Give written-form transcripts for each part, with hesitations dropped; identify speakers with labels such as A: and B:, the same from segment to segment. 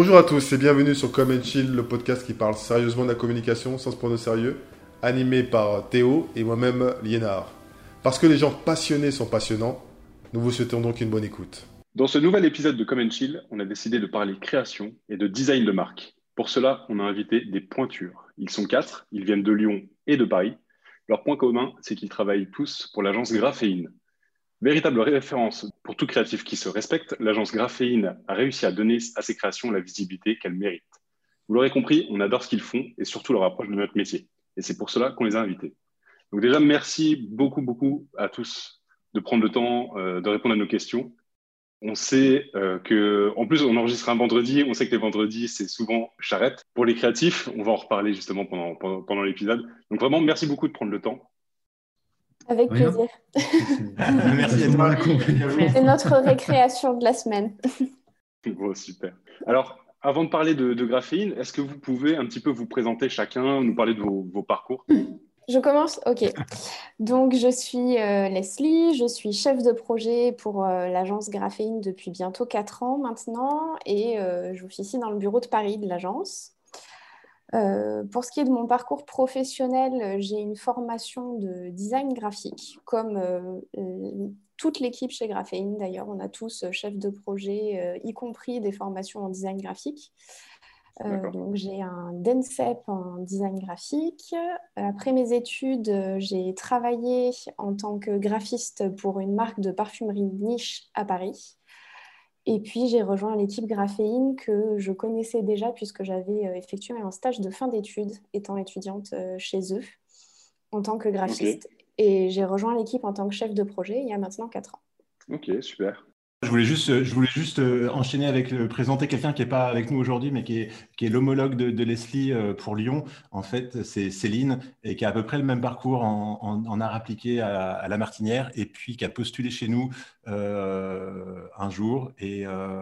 A: Bonjour à tous et bienvenue sur Come and Chill, le podcast qui parle sérieusement de la communication sans se prendre au sérieux, animé par Théo et moi-même Liénard. Parce que les gens passionnés sont passionnants, nous vous souhaitons donc une bonne écoute.
B: Dans ce nouvel épisode de Come and Chill, on a décidé de parler création et de design de marque. Pour cela, on a invité des pointures. Ils sont 4, ils viennent de Lyon et de Paris. Leur point commun, c'est qu'ils travaillent tous pour l'agence Graphéine. Véritable référence pour tout créatif qui se respecte, l'agence Graphéine a réussi à donner à ses créations la visibilité qu'elles méritent. Vous l'aurez compris, on adore ce qu'ils font et surtout leur approche de notre métier. Et c'est pour cela qu'on les a invités. Donc déjà, merci beaucoup à tous de prendre le temps de répondre à nos questions. On sait en plus, on enregistre un vendredi. On sait que les vendredis, c'est souvent charrette. Pour les créatifs, on va en reparler justement pendant l'épisode. Donc vraiment, merci beaucoup de prendre le temps.
C: Avec plaisir.
D: Merci à toi.
C: C'est notre récréation de la semaine.
B: Bon, super. Alors, avant de parler de Graphéine, est-ce que vous pouvez un petit peu vous présenter chacun, nous parler de vos parcours?
C: Je commence? Ok. Donc, je suis Leslie, je suis chef de projet pour l'agence Graphéine depuis bientôt 4 ans maintenant et j'officie dans le bureau de Paris de l'agence. Pour ce qui est de mon parcours professionnel, j'ai une formation de design graphique, comme toute l'équipe chez Graphéine d'ailleurs. On a tous chefs de projet, y compris des formations en design graphique. Donc j'ai un DENSEP en design graphique. Après mes études, j'ai travaillé en tant que graphiste pour une marque de parfumerie niche à Paris. Et puis j'ai rejoint l'équipe Graphéine que je connaissais déjà puisque j'avais effectué un stage de fin d'études étant étudiante chez eux en tant que graphiste. Okay. Et j'ai rejoint l'équipe en tant que chef de projet il y a maintenant 4 ans.
B: Ok, super.
D: Je voulais juste enchaîner avec présenter quelqu'un qui n'est pas avec nous aujourd'hui, mais qui est l'homologue de Leslie pour Lyon. En fait, c'est Céline, et qui a à peu près le même parcours en art appliqué à la Martinière, et puis qui a postulé chez nous un jour, et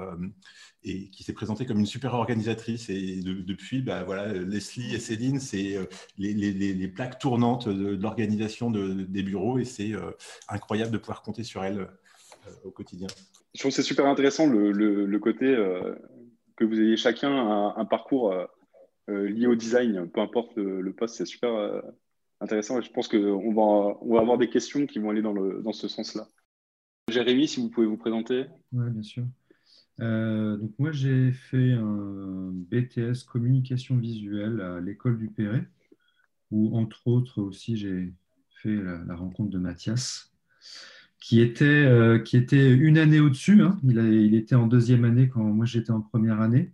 D: qui s'est présentée comme une super organisatrice. Et depuis, voilà, Leslie et Céline, c'est les plaques tournantes de l'organisation des bureaux, et c'est incroyable de pouvoir compter sur elles au quotidien.
B: Je trouve que c'est super intéressant le côté que vous ayez chacun un parcours lié au design, peu importe le poste, c'est super intéressant et je pense qu'on va avoir des questions qui vont aller dans ce sens-là. Jérémy, si vous pouvez vous présenter.
E: Oui, bien sûr. Donc moi, j'ai fait un BTS communication visuelle à l'école du Perret, où entre autres aussi j'ai fait la rencontre de Mathias, qui était une année au-dessus. Hein. Il était en 2e année quand moi j'étais en 1re année.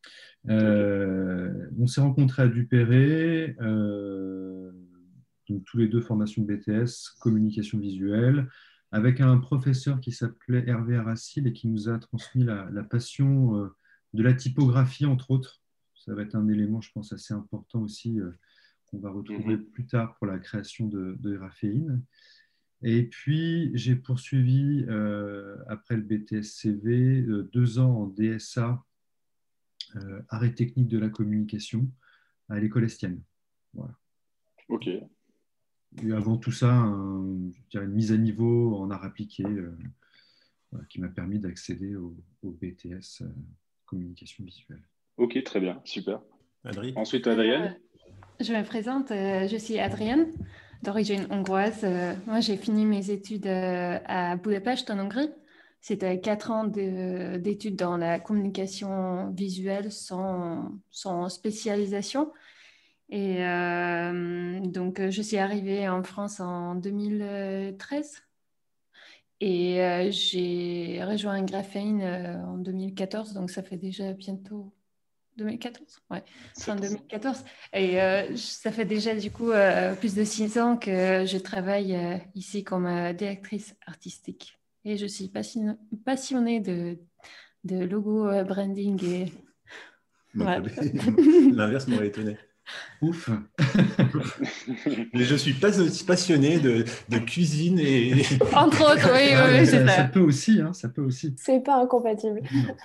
E: On s'est rencontrés à Duperré, donc tous les deux formations de BTS, communication visuelle, avec un professeur qui s'appelait Hervé Aracil et qui nous a transmis la passion de la typographie, entre autres. Ça va être un élément, je pense, assez important aussi qu'on va retrouver plus tard pour la création de Graphéine. Et puis, j'ai poursuivi, après le BTS-CV, 2 ans en DSA, Art et technique de la communication, à l'école Estienne. Voilà.
B: Ok.
E: Et avant tout ça, une mise à niveau en art appliqué voilà, qui m'a permis d'accéder au BTS communication visuelle.
B: Ok, très bien, super.
D: Adrien.
B: Ensuite, Adrienne.
F: Je me présente, je suis Adrienne, d'origine hongroise. Moi, j'ai fini mes études à Budapest, en Hongrie. C'était 4 ans d'études dans la communication visuelle sans spécialisation. Et donc, je suis arrivée en France en 2013. Et j'ai rejoint Graphéine en 2014, donc ça fait déjà bientôt 2014, ouais, fin 2014. Et ça fait déjà du coup plus de 6 ans que je travaille ici comme directrice artistique. Et je suis passionnée de logo branding. Et...
D: Voilà. L'inverse m'aurait étonné.
E: Ouf.
D: Mais je suis passionné de cuisine et...
F: Entre autres, oui, c'est ça.
E: Ça peut aussi, hein, ça peut aussi.
C: C'est pas incompatible.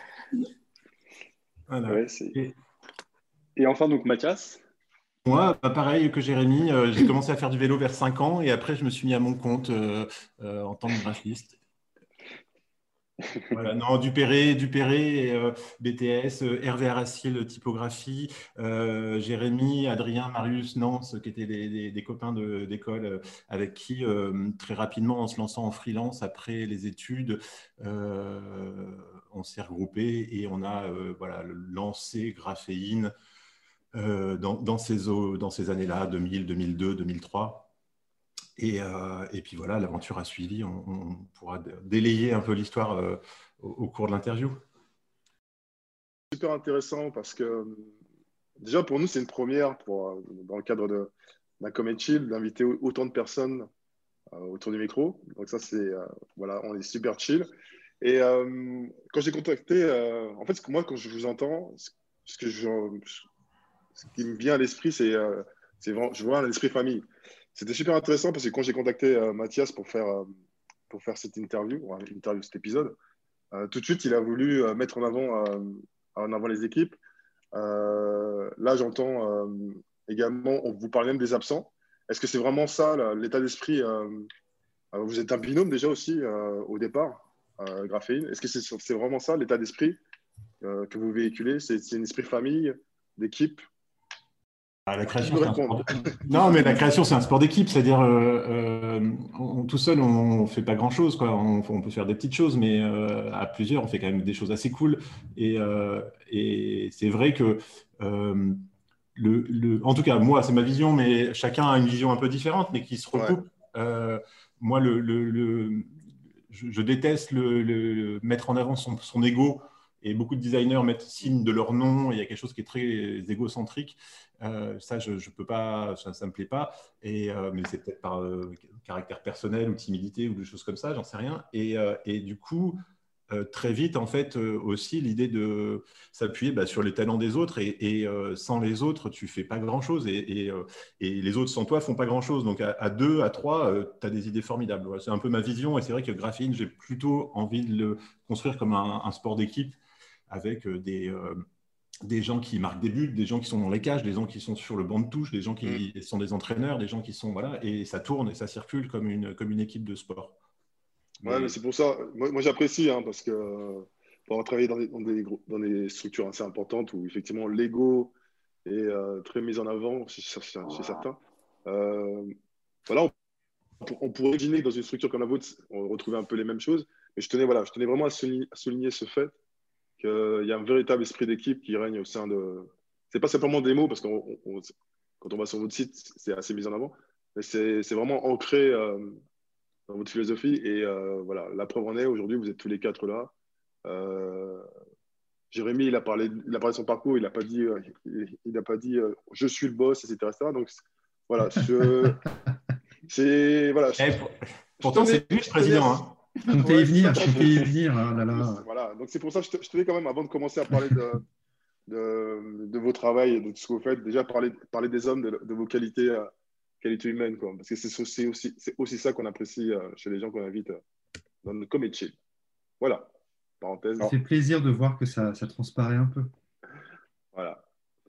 D: Voilà.
B: Ouais, et enfin, donc, Mathias.
D: Moi, pareil que Jérémy, j'ai commencé à faire du vélo vers 5 ans et après, je me suis mis à mon compte en tant que graphiste. Voilà, non, Dupéré, BTS, Hervé Aracil, typographie, Jérémy, Adrien, Marius, Nance, qui étaient des copains d'école avec qui, très rapidement, en se lançant en freelance après les études, on s'est regroupés et on a voilà, lancé Graphéine dans ces années-là, 2000, 2002, 2003. Et puis voilà, l'aventure a suivi. On pourra délayer un peu l'histoire au cours de l'interview.
A: Super intéressant parce que déjà pour nous, c'est une première dans le cadre d'un Comet Chill d'inviter autant de personnes autour du micro. Donc ça, voilà, on est super chill. Et quand j'ai contacté, en fait, moi, quand je vous entends, ce qui me vient à l'esprit, je vois un esprit famille. C'était super intéressant parce que quand j'ai contacté Mathias pour faire cette interview, cet épisode, tout de suite, il a voulu mettre en avant les équipes. Là, j'entends également, on vous parle même des absents. Est-ce que c'est vraiment ça, l'état d'esprit vous êtes un binôme déjà aussi au départ, Graphéine. Est-ce que c'est vraiment ça, l'état d'esprit que vous véhiculez? C'est un esprit famille, d'équipe?
D: La
A: Qui peut répondre?
D: Non, mais la création, c'est un sport d'équipe. C'est-à-dire, tout seul, on ne fait pas grand-chose, quoi. On peut faire des petites choses, mais à plusieurs, on fait quand même des choses assez cool. Et c'est vrai que, en tout cas, moi, c'est ma vision, mais chacun a une vision un peu différente, mais qui se recoupe. Ouais. Moi, je déteste mettre en avant son ego. Et beaucoup de designers mettent signe de leur nom. Il y a quelque chose qui est très égocentrique. Ça, je peux pas, ça me plaît pas. Mais c'est peut-être par caractère personnel ou timidité ou des choses comme ça, j'en sais rien. Et du coup, très vite, en fait, aussi l'idée de s'appuyer sur les talents des autres. Et sans les autres, tu fais pas grand-chose. Et les autres sans toi font pas grand-chose. Donc à deux, à trois, tu as des idées formidables. Voilà, c'est un peu ma vision. Et c'est vrai que Graphéine, j'ai plutôt envie de le construire comme un sport d'équipe avec des gens qui marquent des buts, des gens qui sont dans les cages, des gens qui sont sur le banc de touche, des gens qui sont des entraîneurs, des gens qui sont… Voilà, et ça tourne et ça circule comme une équipe de sport.
A: Ouais, mais c'est pour ça, moi j'apprécie, hein, parce que pour avoir travaillé dans des structures assez importantes où effectivement l'ego est très mis en avant chez certains, voilà, on pourrait imaginer que dans une structure comme la vôtre, on retrouve un peu les mêmes choses, mais je tenais vraiment à souligner ce fait qu'il y a un véritable esprit d'équipe qui règne au sein de… C'est pas simplement des mots, parce que quand on va sur votre site, c'est assez mis en avant, mais c'est vraiment ancré dans votre philosophie. Et voilà, la preuve en est, aujourd'hui, vous êtes tous les quatre là. Jérémy, il a parlé de son parcours, il n'a pas dit, je suis le boss, etc. Donc voilà, voilà.
D: Pourtant, c'est lui le président. Hein.
E: On fait y venir, oh là là.
A: Voilà, donc c'est pour ça que je tenais quand même, avant de commencer à parler de vos travails et de tout ce que vous faites, déjà parler des hommes, de vos qualités humaines, quoi. Parce que c'est aussi ça qu'on apprécie chez les gens qu'on invite dans notre Comet Chill. Voilà, parenthèse.
E: Ça fait plaisir de voir que ça transparaît un peu.
A: Voilà.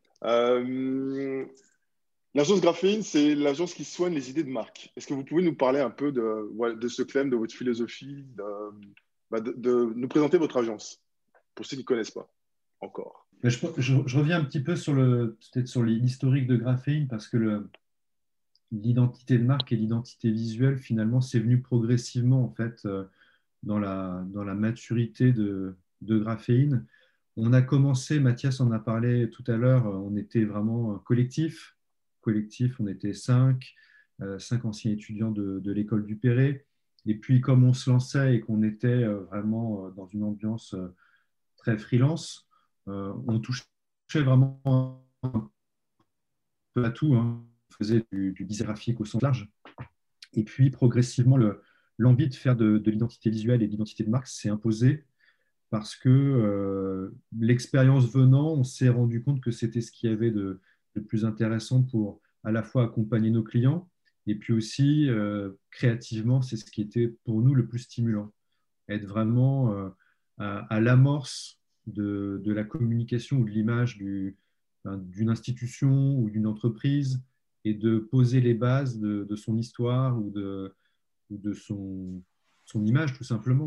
A: L'agence Graphéine, c'est l'agence qui soigne les idées de marque. Est-ce que vous pouvez nous parler un peu de ce claim, de votre philosophie, de nous présenter votre agence, pour ceux qui ne connaissent pas encore?
E: Je reviens un petit peu peut-être sur l'historique de Graphéine, parce que l'identité de marque et l'identité visuelle, finalement, c'est venu progressivement, en fait, dans la maturité de Graphéine. On a commencé, Mathias en a parlé tout à l'heure, on était vraiment collectif, on était cinq anciens étudiants de l'école du Perret. Et puis, comme on se lançait et qu'on était vraiment dans une ambiance très freelance, on touchait vraiment un peu à tout, hein. On faisait du design graphique au sens large. Et puis, progressivement, l'envie de faire de l'identité visuelle et de l'identité de marque s'est imposée, parce que l'expérience venant, on s'est rendu compte que c'était ce qu'il y avait de plus intéressant pour à la fois accompagner nos clients, et puis aussi créativement, c'est ce qui était pour nous le plus stimulant. Être vraiment à l'amorce de la communication ou de l'image d'une institution ou d'une entreprise, et de poser les bases de son histoire ou de son image, tout simplement, hein.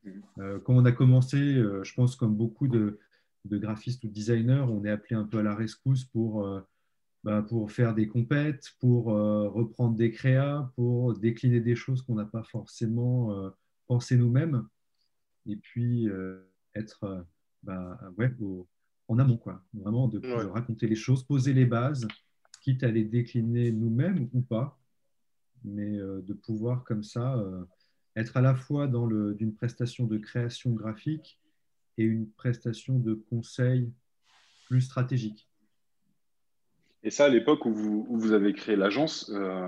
E: Quand on a commencé, je pense comme beaucoup de graphistes ou de designers, on est appelé un peu à la rescousse pour faire des compètes, pour reprendre des créas, pour décliner des choses qu'on n'a pas forcément pensé nous-mêmes, et puis être ouais, en amont, quoi. Vraiment de
A: Ouais.
E: raconter les choses, poser les bases, quitte à les décliner nous-mêmes ou pas, mais de pouvoir comme ça être à la fois d'une prestation de création graphique et une prestation de conseil plus stratégique.
B: Et ça, à l'époque où vous avez créé l'agence,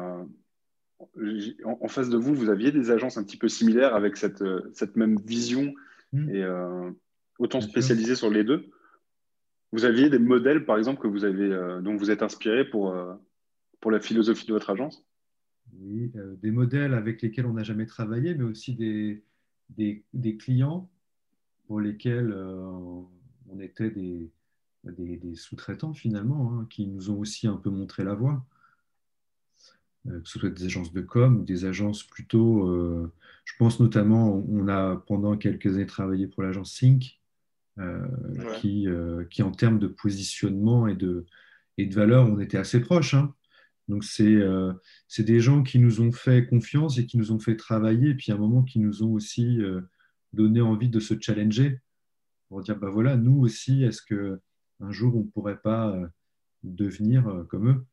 B: en face de vous, vous aviez des agences un petit peu similaires avec cette même vision et autant
E: Bien sûr.
B: spécialisées sur les deux. Vous aviez des modèles, par exemple, dont vous êtes inspiré pour la philosophie de votre agence?
E: Oui, des modèles avec lesquels on n'a jamais travaillé, mais aussi des clients pour lesquels on était des sous-traitants finalement, hein, qui nous ont aussi un peu montré la voie. Que ce soit des agences de com ou des agences plutôt, je pense notamment, on a pendant quelques années travaillé pour l'agence Sync,
A: Ouais.
E: qui en termes de positionnement et de valeur, on était assez proches, hein. Donc c'est des gens qui nous ont fait confiance et qui nous ont fait travailler, et puis à un moment qui nous ont aussi donné envie de se challenger pour dire, bah voilà, nous aussi, est-ce que un jour on ne pourrait pas devenir comme eux?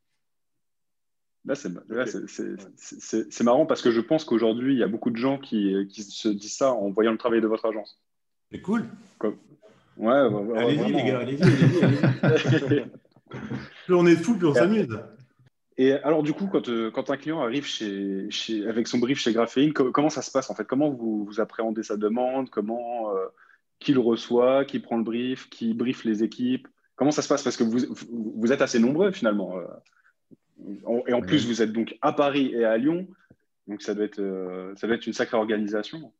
B: Là,
A: Ok.
B: c'est marrant parce que je pense qu'aujourd'hui, il y a beaucoup de gens qui se disent ça en voyant le travail de votre agence.
D: C'est cool.
B: Comme- Ouais,
D: Allez-y, les gars,
B: vraiment.
D: allez-y, allez-y, allez-y. Plus on est fou, plus on s'amuse.
B: Et alors, du coup, quand un client arrive avec son brief chez Graphéine, comment ça se passe en fait? Comment vous appréhendez sa demande? Qui le reçoit? Qui prend le brief? Qui briefe les équipes? Comment ça se passe? Parce que vous êtes assez nombreux finalement. Et en plus,
E: Ouais,
B: vous êtes donc à Paris et à Lyon. Donc, ça doit être une sacrée organisation.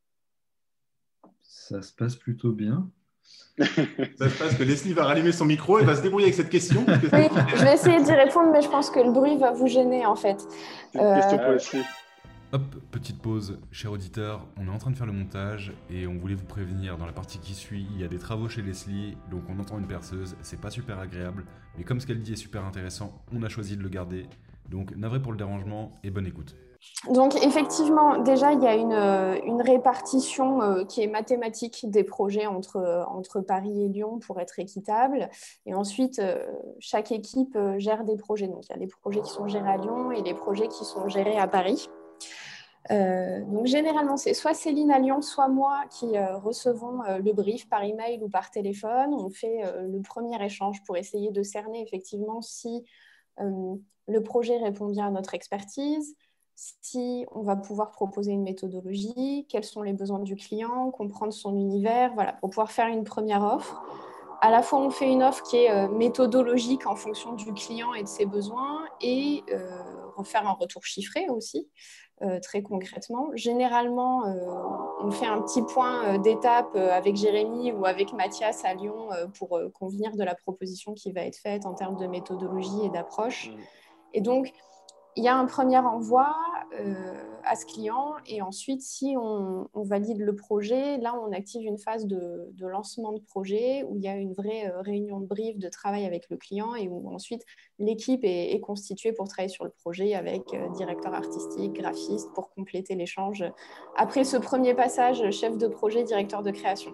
E: ça se passe plutôt bien.
D: Ça se passe que Leslie va rallumer son micro et va se débrouiller avec cette question. Parce que
C: Oui, je vais essayer d'y répondre, mais je pense que le bruit va vous gêner en fait.
A: C'est une question pour
B: Ah,
A: Leslie.
G: Hop, petite pause, cher auditeur, on est en train de faire le montage et on voulait vous prévenir, dans la partie qui suit, il y a des travaux chez Leslie, donc on entend une perceuse, c'est pas super agréable, mais comme ce qu'elle dit est super intéressant, on a choisi de le garder. Donc navré pour le dérangement et bonne écoute.
C: Donc effectivement, déjà, il y a une répartition qui est mathématique des projets entre Paris et Lyon pour être équitable. Et ensuite, chaque équipe gère des projets. Donc il y a des projets qui sont gérés à Lyon et des projets qui sont gérés à Paris. Donc généralement, c'est soit Céline à Lyon, soit moi qui recevons le brief par email ou par téléphone. On fait le premier échange pour essayer de cerner effectivement si le projet répond bien à notre expertise, si on va pouvoir proposer une méthodologie, quels sont les besoins du client, comprendre son univers, voilà, pour pouvoir faire une première offre. À la fois, on fait une offre qui est méthodologique en fonction du client et de ses besoins et faire un retour chiffré aussi, très concrètement. Généralement, on fait un petit point d'étape avec Jérémy ou avec Mathias à Lyon pour convenir de la proposition qui va être faite en termes de méthodologie et d'approche. Et donc, il y a un premier envoi à ce client et ensuite, si on valide le projet, là, on active une phase de lancement de projet où il y a une vraie réunion de brief, de travail avec le client et où ensuite l'équipe est constituée pour travailler sur le projet avec directeur artistique, graphiste pour compléter l'échange. Après ce premier passage, chef de projet, directeur de création.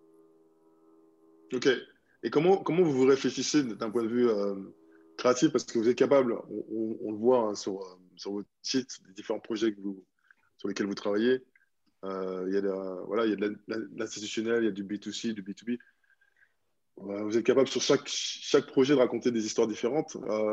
A: Ok. Et comment vous réfléchissez d'un point de vue créatif? Parce que vous êtes capable, on le voit hein, sur votre site, des différents projets sur lesquels vous travaillez. Il y a il y a de l'institutionnel, il y a du B2C, du B2B. Vous êtes capable sur chaque projet de raconter des histoires différentes.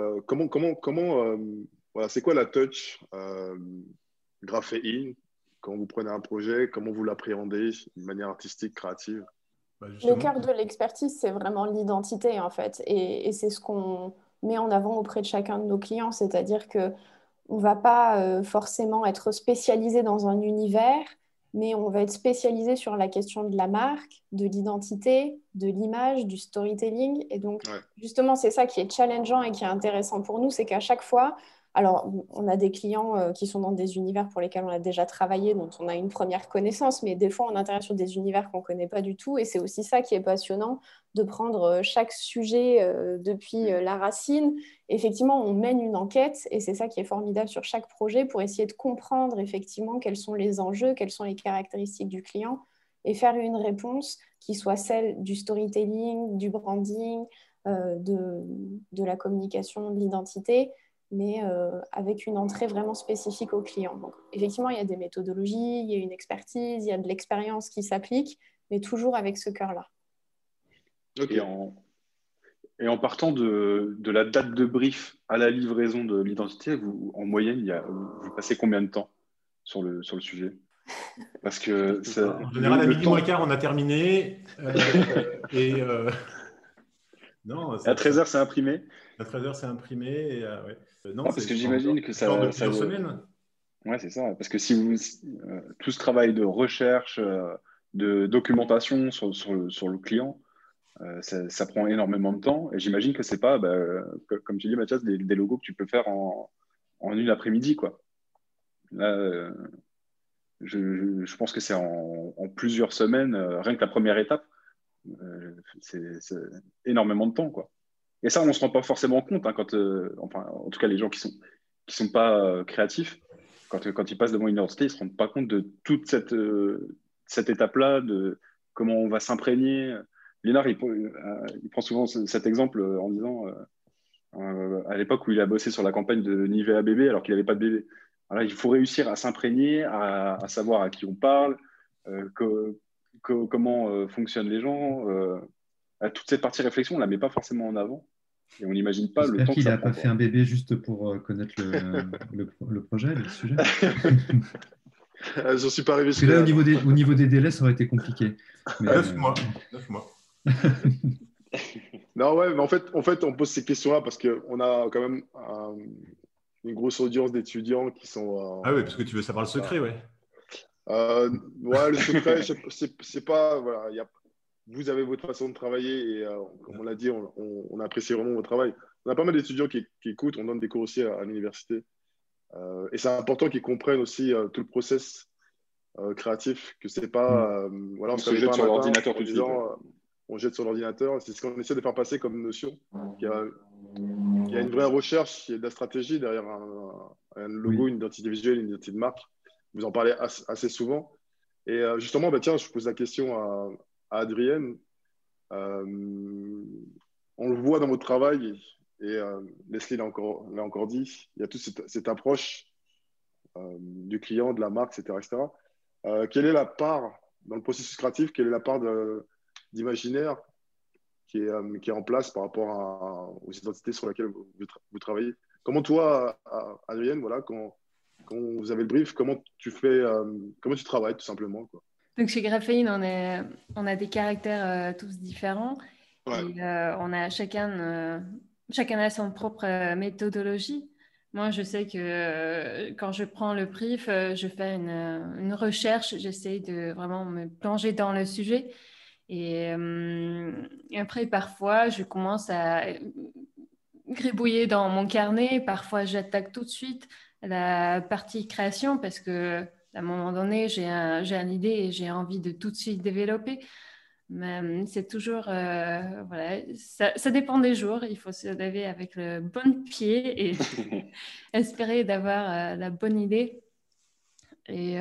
A: Voilà, c'est quoi la touch Graphéine quand vous prenez un projet? Comment vous l'appréhendez de manière artistique, créative?
C: Le cœur de l'expertise, c'est vraiment l'identité, en fait. Et c'est ce qu'on met en avant auprès de chacun de nos clients. C'est-à-dire qu'on ne va pas forcément être spécialisé dans un univers, mais on va être spécialisé sur la question de la marque, de l'identité, de l'image, du storytelling. Et donc,
A: Ouais.
C: justement, c'est ça qui est challengeant et qui est intéressant pour nous, c'est qu'à chaque fois, Alors, on a des clients qui sont dans des univers pour lesquels on a déjà travaillé, dont on a une première connaissance, mais des fois, on intervient sur des univers qu'on ne connaît pas du tout. Et c'est aussi ça qui est passionnant, de prendre chaque sujet depuis la racine. Effectivement, on mène une enquête, et c'est ça qui est formidable sur chaque projet, pour essayer de comprendre effectivement quels sont les enjeux, quelles sont les caractéristiques du client, et faire une réponse qui soit celle du storytelling, du branding, de la communication, de l'identité, mais avec une entrée vraiment spécifique au client. Donc, effectivement, il y a des méthodologies, il y a une expertise, il y a de l'expérience qui s'applique, mais toujours avec ce cœur-là.
B: Okay. Et en partant de la date de brief à la livraison de l'identité, en moyenne, vous passez combien de temps sur le sujet? Parce que
D: en général, à midi moins quart, on a terminé.
B: Non, à 13h, c'est imprimé.
D: À 13h, c'est imprimé. Et, ouais.
B: Non, parce que j'imagine que ça.
D: De plusieurs semaines.
B: Ouais, c'est ça. Parce que si tout ce travail de recherche, de documentation sur le client, ça prend énormément de temps. Et j'imagine que c'est pas, comme tu dis, Mathias, des logos que tu peux faire en une après-midi, quoi. Là, je pense que c'est en plusieurs semaines, rien que la première étape, c'est énormément de temps, quoi. Et ça, on ne se rend pas forcément compte, hein, enfin, en tout cas, les gens qui sont pas créatifs, quand ils passent devant une identité, ils ne se rendent pas compte de toute cette étape-là, de comment on va s'imprégner. Lénard, il prend souvent cet exemple en disant, à l'époque où il a bossé sur la campagne de Nivea bébé, alors qu'il n'avait pas de bébé. Alors, il faut réussir à s'imprégner, à savoir à qui on parle, comment fonctionnent les gens. Toute cette partie réflexion, on ne la met pas forcément en avant. Et on n'imagine pas le temps que ça prend.
E: J'espère qu'il n'a pas fait un bébé juste pour connaître le projet, le sujet.
A: J'en suis pas arrivé.
E: Parce que là, au niveau des délais, ça aurait été compliqué. Mais,
D: 9 mois.
A: Non, ouais, mais en fait, on pose ces questions-là parce qu'on a quand même une grosse audience d'étudiants qui sont.
D: Ah oui, parce que tu veux savoir le secret, ouais.
A: Ouais, le secret, c'est pas. Voilà, vous avez votre façon de travailler et comme on l'a dit, on apprécie vraiment votre travail. On a pas mal d'étudiants qui écoutent, on donne des cours aussi à l'université. Et c'est important qu'ils comprennent aussi tout le process créatif, que c'est pas. Voilà,
B: on se jette sur l'ordinateur tout de suite.
A: On jette sur l'ordinateur. C'est ce qu'on essaie de faire passer comme notion. Il y a une vraie recherche, il y a de la stratégie derrière un logo, une identité visuelle, une identité de marque. Vous en parlez assez souvent. Et justement, tiens, je pose la question à Adrienne. On le voit dans votre travail, et Leslie l'a encore dit, il y a toute cette approche du client, de la marque, etc. Quelle est la part, dans le processus créatif, quelle est la part d'imaginaire qui est en place par rapport aux identités sur lesquelles vous travaillez? Comment toi, Adrienne, voilà, quand vous avez le brief, comment tu travailles tout simplement, quoi?
F: Donc chez Graphene, on a des caractères tous différents. Ouais. Et on a chacun a son propre méthodologie. Moi, je sais que quand je prends le brief, je fais une recherche, j'essaie de vraiment me plonger dans le sujet. Et après, parfois, je commence à gribouiller dans mon carnet. Parfois, j'attaque tout de suite la partie création parce que à un moment donné, j'ai une idée et j'ai envie de tout de suite développer. Mais c'est toujours, voilà, ça dépend des jours. Il faut se lever avec le bon pied et espérer d'avoir la bonne idée. Et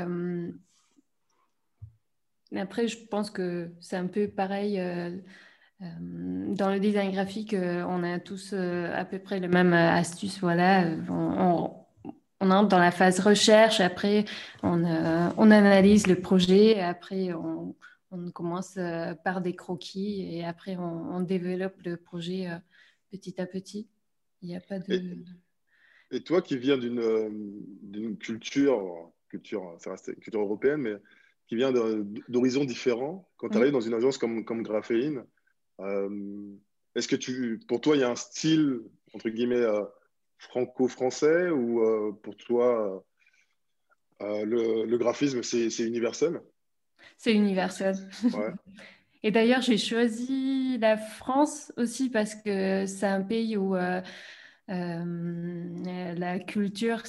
F: après, je pense que c'est un peu pareil. Dans le design graphique, on a tous à peu près les mêmes astuces. Voilà, on entre dans la phase recherche, après on analyse le projet, après on commence par des croquis et après on développe le projet petit à petit. Il n'y a pas de...
A: Et toi qui viens d'une culture européenne, mais qui vient d'horizons différents, quand tu arrives dans une agence comme Graphene, est-ce que pour toi il y a un style entre guillemets franco-français ou pour toi le graphisme c'est universel?
F: C'est universel.
A: Ouais.
F: Et d'ailleurs, j'ai choisi la France aussi parce que c'est un pays où La culture,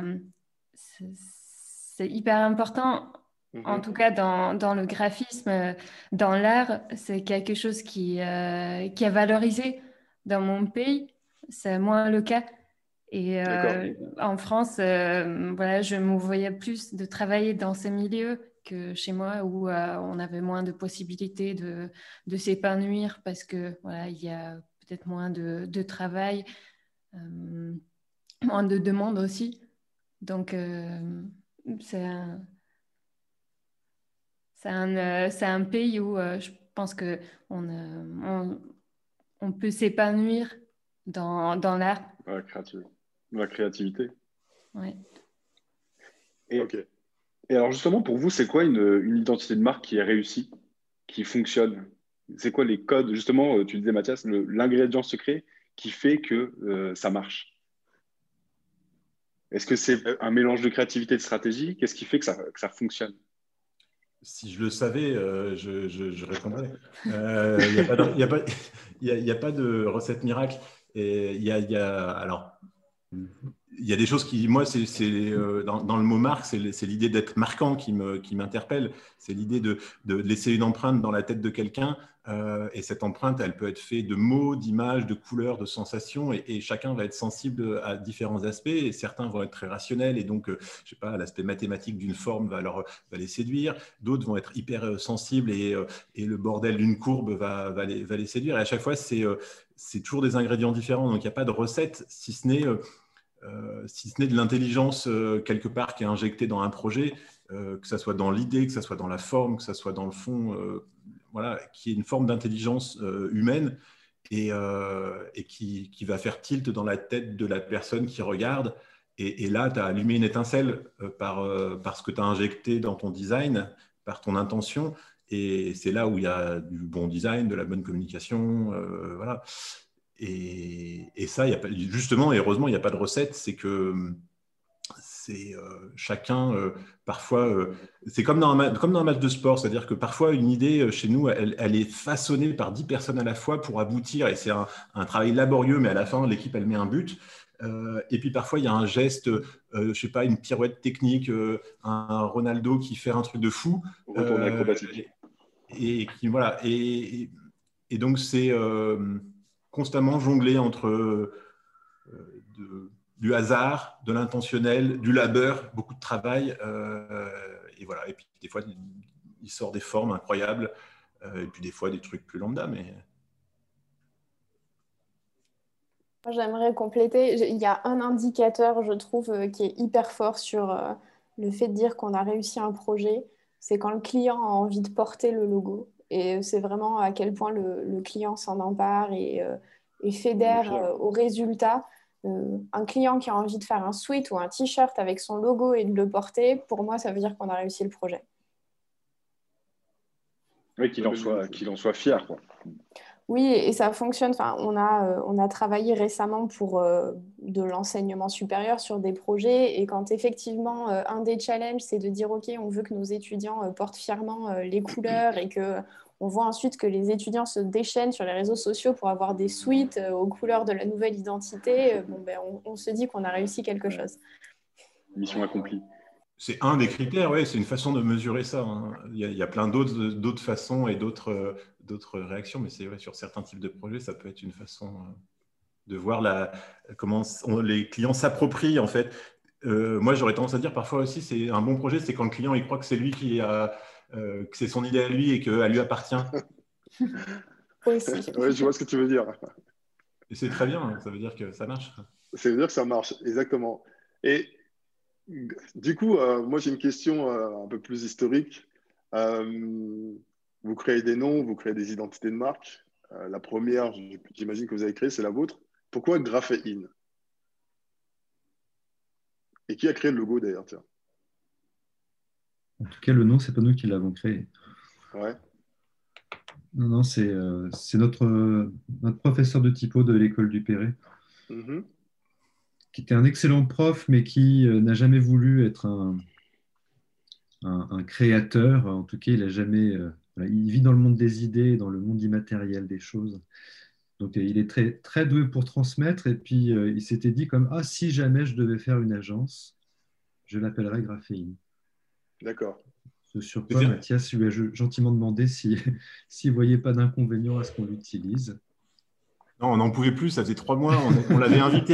F: c'est hyper important. En tout cas, dans le graphisme, dans l'art, c'est quelque chose qui est valorisé dans mon pays. C'est moins le cas. Et en France, voilà, je me voyais plus de travailler dans ces milieux que chez moi où on avait moins de possibilités de s'épanouir parce que voilà, il y a peut-être moins de travail, moins de demandes aussi. Donc, c'est c'est un pays où je pense qu'on on peut s'épanouir dans l'art.
B: La créativité.
F: Ouais.
B: Et,
A: Ok.
B: et alors justement, pour vous, c'est quoi une identité de marque qui est réussie, qui fonctionne? C'est quoi les codes? Justement, tu disais, Mathias, l'ingrédient secret qui fait que ça marche. Est-ce que c'est un mélange de créativité et de stratégie? Qu'est-ce qui fait que ça fonctionne?
D: Si je le savais, je répondrais. Il n'y a pas de, il y a pas, il y a pas de recette miracle. Et alors, il y a des choses qui, moi, dans le mot marque, c'est l'idée d'être marquant qui m'interpelle. C'est l'idée de laisser une empreinte dans la tête de quelqu'un. Et cette empreinte, elle peut être faite de mots, d'images, de couleurs, de sensations. Et chacun va être sensible à différents aspects. Et certains vont être très rationnels. Et donc, je sais pas, l'aspect mathématique d'une forme va les séduire. D'autres vont être hyper sensibles et le bordel d'une courbe va les séduire. Et à chaque fois, c'est toujours des ingrédients différents. Donc, il n'y a pas de recette, si ce n'est de l'intelligence quelque part qui est injectée dans un projet, que ça soit dans l'idée, que ça soit dans la forme, que ça soit dans le fond, voilà, qui est une forme d'intelligence humaine et qui va faire tilt dans la tête de la personne qui regarde. Et là, tu as allumé une étincelle par ce que tu as injecté dans ton design, par ton intention. Et c'est là où il y a du bon design, de la bonne communication, voilà. Et ça, y a pas, justement, et heureusement, il n'y a pas de recette. C'est que c'est chacun, parfois, c'est comme dans un match de sport, c'est-à-dire que parfois, une idée chez nous, elle est façonnée par 10 personnes à la fois pour aboutir, et c'est un travail laborieux, mais à la fin, l'équipe, elle met un but. Et puis parfois, il y a un geste, je sais pas, une pirouette technique, un Ronaldo qui fait un truc de fou.
B: Retourner acrobatique.
D: Voilà. Et donc, c'est constamment jongler entre du hasard, de l'intentionnel, du labeur, beaucoup de travail. Et voilà. Et puis, des fois, il sort des formes incroyables. Et puis, des fois, des trucs plus lambda. Mais
C: J'aimerais compléter. Il y a un indicateur, je trouve, qui est hyper fort sur le fait de dire qu'on a réussi un projet. C'est quand le client a envie de porter le logo. Et c'est vraiment à quel point le client s'en empare et fédère au résultat. Un client qui a envie de faire un sweat ou un t-shirt avec son logo et de le porter, pour moi, ça veut dire qu'on a réussi le projet.
B: Oui, qu'il en soit fier, quoi.
C: Oui, et ça fonctionne. Enfin, on a travaillé récemment pour de l'enseignement supérieur sur des projets. Et quand effectivement, un des challenges, c'est de dire, OK, on veut que nos étudiants portent fièrement les couleurs et qu'on voit ensuite que les étudiants se déchaînent sur les réseaux sociaux pour avoir des suites aux couleurs de la nouvelle identité, bon, ben, on se dit qu'on a réussi quelque chose.
B: Mission accomplie.
D: c'est un des critères, ouais, c'est une façon de mesurer ça. Hein. Il y a plein d'autres façons et d'autres réactions, mais c'est vrai, sur certains types de projets, ça peut être une façon de voir comment les clients s'approprient en fait. Moi, j'aurais tendance à dire parfois aussi, c'est un bon projet, c'est quand le client il croit que c'est lui que c'est son idée à lui et qu'elle lui appartient.
C: Aussi.
A: Ouais, je vois ce que tu veux dire.
D: Et c'est très bien, ça veut dire que ça marche.
A: Ça veut dire que ça marche, exactement. Et du coup, moi j'ai une question un peu plus historique. Vous créez des noms, vous créez des identités de marque. La première, j'imagine que vous avez créée, c'est la vôtre. Pourquoi Graphéine? Et qui a créé le logo d'ailleurs, tiens?
E: En tout cas, le nom, c'est pas nous qui l'avons créé.
A: Ouais.
E: Non, c'est notre professeur de typo de l'école du Perret,
A: Mhm.
E: qui était un excellent prof, mais qui n'a jamais voulu être un créateur. En tout cas, il a jamais. Voilà, il vit dans le monde des idées, dans le monde immatériel des choses. Donc, il est très, très doué pour transmettre. Et puis, il s'était dit comme, ah, si jamais je devais faire une agence, je l'appellerais Graphéine.
A: D'accord.
E: Ce sur quoi Mathias lui a gentiment demandé s'il ne voyait pas d'inconvénient à ce qu'on l'utilise.
D: Non, on n'en pouvait plus, ça faisait 3 mois. On l'avait invité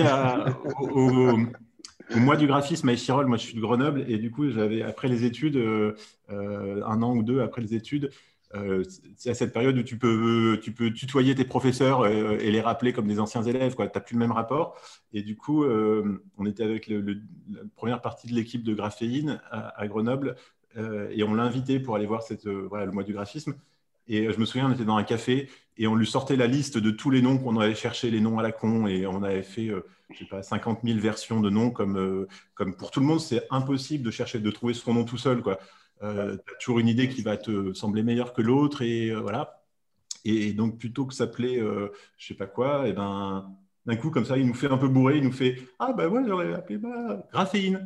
D: au mois du graphisme à Échirolles. Moi, je suis de Grenoble et du coup, après les études, 1 an ou 2 après les études, c'est à cette période où tu peux tutoyer tes professeurs et les rappeler comme des anciens élèves. Tu n'as plus le même rapport. Et du coup, on était avec la première partie de l'équipe de Graphéine à Grenoble et on l'a invité pour aller voir le mois du graphisme. Et je me souviens, on était dans un café et on lui sortait la liste de tous les noms qu'on avait cherché, les noms à la con, et on avait fait, je sais pas, 50 000 versions de noms, comme pour tout le monde, c'est impossible de trouver son nom tout seul, quoi. Tu as toujours une idée qui va te sembler meilleure que l'autre, et voilà. Et donc, plutôt que s'appeler je sais pas quoi, et ben, d'un coup, comme ça, il nous fait un peu bourrer, il nous fait « Ah, ben ouais, j'aurais appelé Graphéine ».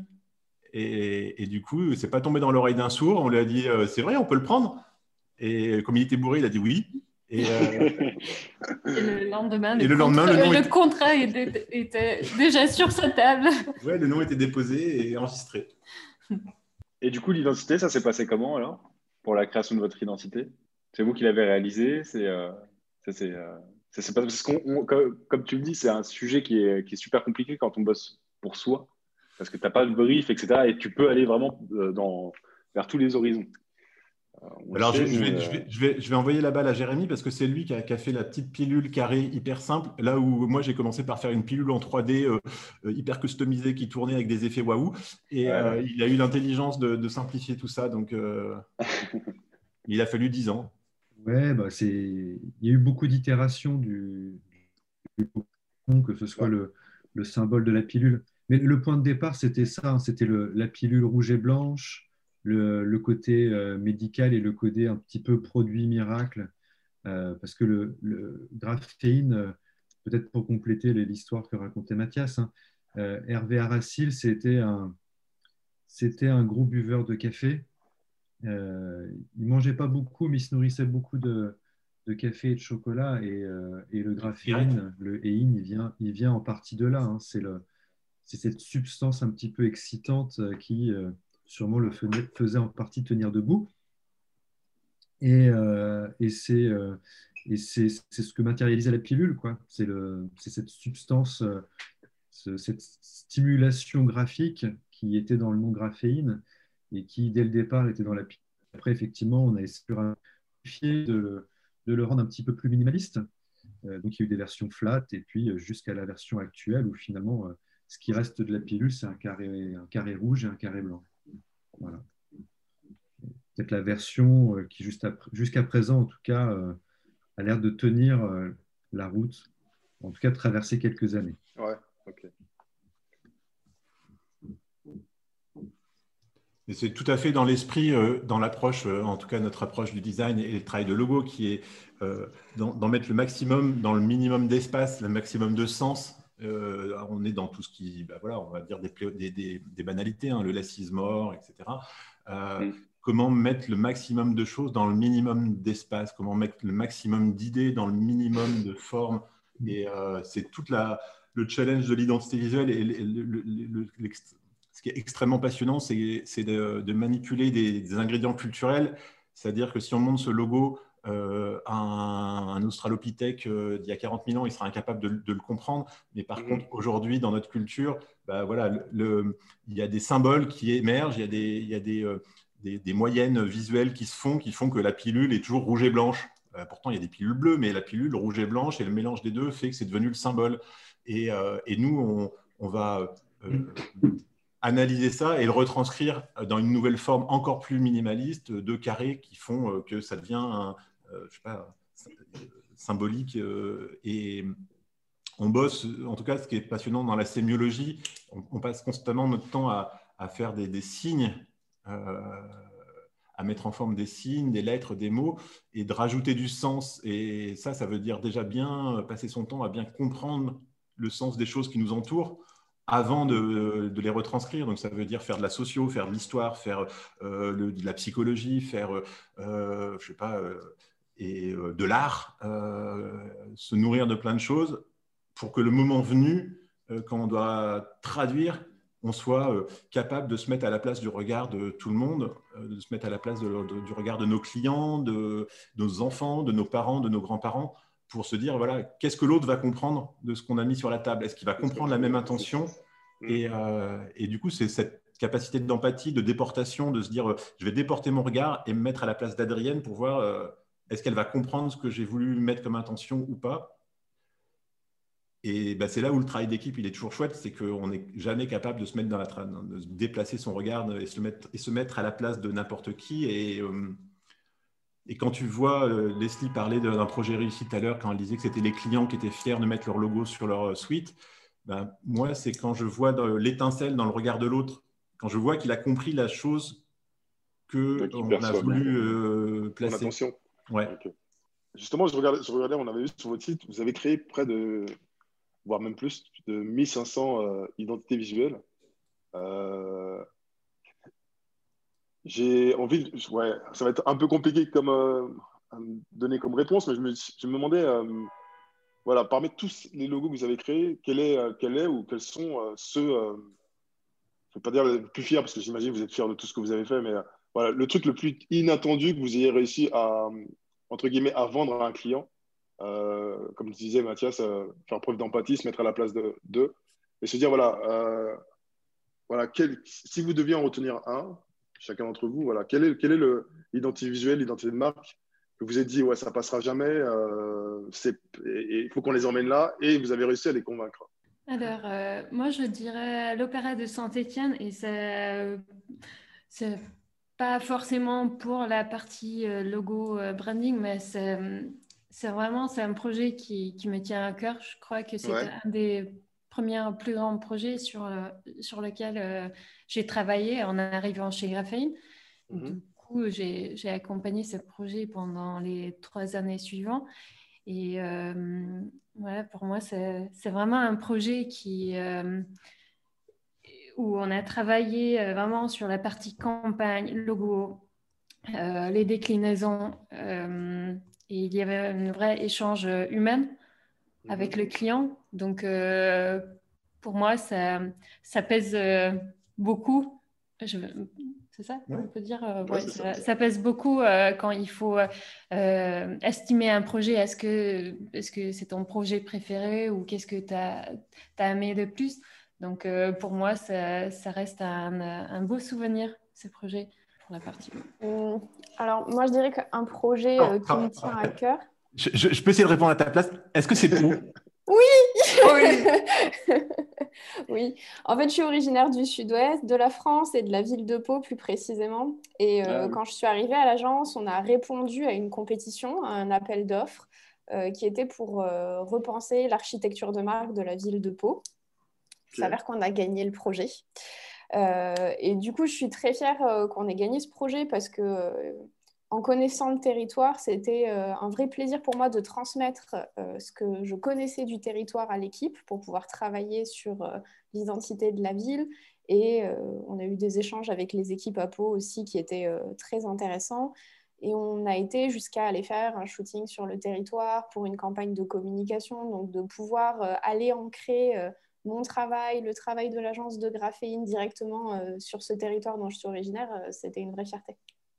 D: Et du coup, c'est pas tombé dans l'oreille d'un sourd, on lui a dit « C'est vrai, on peut le prendre ?» Et comme il était bourré, il a dit oui. Et
F: le lendemain,
D: le
F: contrat était déjà sur sa table.
D: Ouais, le nom était déposé et enregistré.
B: Et du coup, l'identité, ça s'est passé comment alors pour la création de votre identité? C'est vous qui l'avez réalisé? Comme tu le dis, c'est un sujet qui est super compliqué quand on bosse pour soi, parce que tu n'as pas de brief, etc. Et tu peux aller vraiment vers tous les horizons.
D: Alors, je vais envoyer la balle à Jérémy parce que c'est lui qui a fait la petite pilule carrée hyper simple. Là où moi, j'ai commencé par faire une pilule en 3D hyper customisée qui tournait avec des effets waouh. Et il a eu l'intelligence de simplifier tout ça. Donc, il a fallu 10 ans.
E: Ouais, il y a eu beaucoup d'itérations du que ce soit le symbole de la pilule. Mais le point de départ, c'était ça, hein, c'était la pilule rouge et blanche, le côté médical et le côté un petit peu produit miracle. Parce que le graphéine, peut-être pour compléter l'histoire que racontait Mathias, hein, Hervé Aracil, c'était un gros buveur de café. Il ne mangeait pas beaucoup, mais il se nourrissait beaucoup de café et de chocolat. Et le graphéine, le héine, il vient en partie de là. Hein. C'est cette substance un petit peu excitante qui sûrement le faisait en partie tenir debout. Et c'est ce que matérialisait la pilule, quoi. C'est cette substance, cette stimulation graphique qui était dans le nom graphéine et qui, dès le départ, était dans la pilule. Après, effectivement, on a essayé de le rendre un petit peu plus minimaliste. Donc, il y a eu des versions flat et puis jusqu'à la version actuelle où finalement, ce qui reste de la pilule, c'est un carré rouge et un carré blanc. Voilà. Peut-être la version qui, jusqu'à présent, en tout cas, a l'air de tenir la route, en tout cas de traverser quelques années.
A: Ouais, ok.
D: Et c'est tout à fait dans l'esprit, dans l'approche, en tout cas notre approche du design et le travail de logo, qui est d'en mettre le maximum dans le minimum d'espace, le maximum de sens. On est dans tout ce qui, on va dire des banalités, hein, le less is more, etc. Comment mettre le maximum de choses dans le minimum d'espace, comment mettre le maximum d'idées dans le minimum de formes. Et c'est tout le challenge de l'identité visuelle et ce qui est extrêmement passionnant, c'est de manipuler des ingrédients culturels. C'est-à-dire que si on monte ce logo à un australopithèque d'il y a 40 000 ans, il sera incapable de le comprendre. Mais par contre, aujourd'hui, dans notre culture, il y a des symboles qui émergent, il y a des moyennes visuelles qui font que la pilule est toujours rouge et blanche. Pourtant, il y a des pilules bleues, mais la pilule rouge et blanche et le mélange des deux fait que c'est devenu le symbole. Et nous, on va analyser ça et le retranscrire dans une nouvelle forme encore plus minimaliste de carrés qui font que ça devient, symbolique. Et on bosse, en tout cas, ce qui est passionnant dans la sémiologie, on passe constamment notre temps à faire des signes, à mettre en forme des signes, des lettres, des mots, et de rajouter du sens. Et ça veut dire déjà bien passer son temps à bien comprendre le sens des choses qui nous entourent avant de les retranscrire. Donc, ça veut dire faire de la socio, faire de l'histoire, faire de la psychologie, faire, de l'art, se nourrir de plein de choses pour que le moment venu, quand on doit traduire, on soit capable de se mettre à la place du regard de tout le monde, de se mettre à la place du regard de nos clients, de nos enfants, de nos parents, de nos grands-parents, pour se dire, voilà, qu'est-ce que l'autre va comprendre de ce qu'on a mis sur la table? Est-ce qu'il va comprendre la même intention? Et du coup, c'est cette capacité d'empathie, de déportation, de se dire, je vais déporter mon regard et me mettre à la place d'Adrienne pour voir est-ce qu'elle va comprendre ce que j'ai voulu mettre comme intention ou pas. Et ben, c'est là où le travail d'équipe il est toujours chouette, c'est qu'on n'est jamais capable de se mettre dans la trame, de déplacer son regard et se mettre à la place de n'importe qui. Et quand tu vois Leslie parler d'un projet réussi tout à l'heure, quand elle disait que c'était les clients qui étaient fiers de mettre leur logo sur leur suite, ben, moi, c'est quand je vois l'étincelle dans le regard de l'autre, quand je vois qu'il a compris la chose qu'on a voulu placer.
A: Attention.
D: Ouais.
A: Okay. Justement, je regardais, on avait vu sur votre site, vous avez créé près de, voire même plus, de 1500 identités visuelles. J'ai envie, ouais, ça va être un peu compliqué comme à me donner comme réponse, mais je me demandais, voilà, parmi tous les logos que vous avez créés, quel est ou quels sont ceux, je ne vais pas dire les plus fiers, parce que j'imagine que vous êtes fiers de tout ce que vous avez fait, mais voilà, le truc le plus inattendu que vous ayez réussi à, entre guillemets, à vendre à un client, comme tu disais, Mathias, faire preuve d'empathie, se mettre à la place d'eux, et se dire, voilà, si vous deviez en retenir un, chacun d'entre vous, voilà, quel est l'identité visuelle, l'identité de marque que vous avez dit, ouais, ça passera jamais, et il faut qu'on les emmène là, et vous avez réussi à les convaincre.
F: Alors, moi, je dirais l'Opéra de Saint-Étienne, et c'est pas forcément pour la partie logo branding, mais c'est un projet qui me tient à cœur. Je crois que c'est un des premiers plus grands projets sur lequel j'ai travaillé en arrivant chez Graphene. Du coup, j'ai accompagné ce projet pendant les 3 années suivantes. Et voilà, pour moi, c'est vraiment un projet où on a travaillé vraiment sur la partie campagne, logo, les déclinaisons. Et il y avait un vrai échange humain avec le client. Donc, pour moi, ça pèse beaucoup. C'est ça, on peut dire. Ça pèse beaucoup quand il faut estimer un projet. Est-ce que c'est ton projet préféré ou qu'est-ce que tu as aimé le plus? Donc, pour moi, ça reste un beau souvenir, ce projet, pour la partie.
C: Alors, moi, je dirais qu'un projet qui me tient à cœur.
D: Je peux essayer de répondre à ta place. Est-ce que c'est Pau?
C: Oui. Oui. En fait, je suis originaire du sud-ouest de la France et de la ville de Pau plus précisément. Et quand je suis arrivée à l'agence, on a répondu à une compétition, à un appel d'offres qui était pour repenser l'architecture de marque de la ville de Pau. Il s'avère qu'on a gagné le projet. Et du coup, je suis très fière qu'on ait gagné ce projet parce que en connaissant le territoire, c'était un vrai plaisir pour moi de transmettre ce que je connaissais du territoire à l'équipe pour pouvoir travailler sur l'identité de la ville. Et on a eu des échanges avec les équipes à Pau aussi qui étaient très intéressants. Et on a été jusqu'à aller faire un shooting sur le territoire pour une campagne de communication, donc de pouvoir aller ancrer mon travail, le travail de l'agence de Graphene directement sur ce territoire dont je suis originaire, c'était une vraie fierté.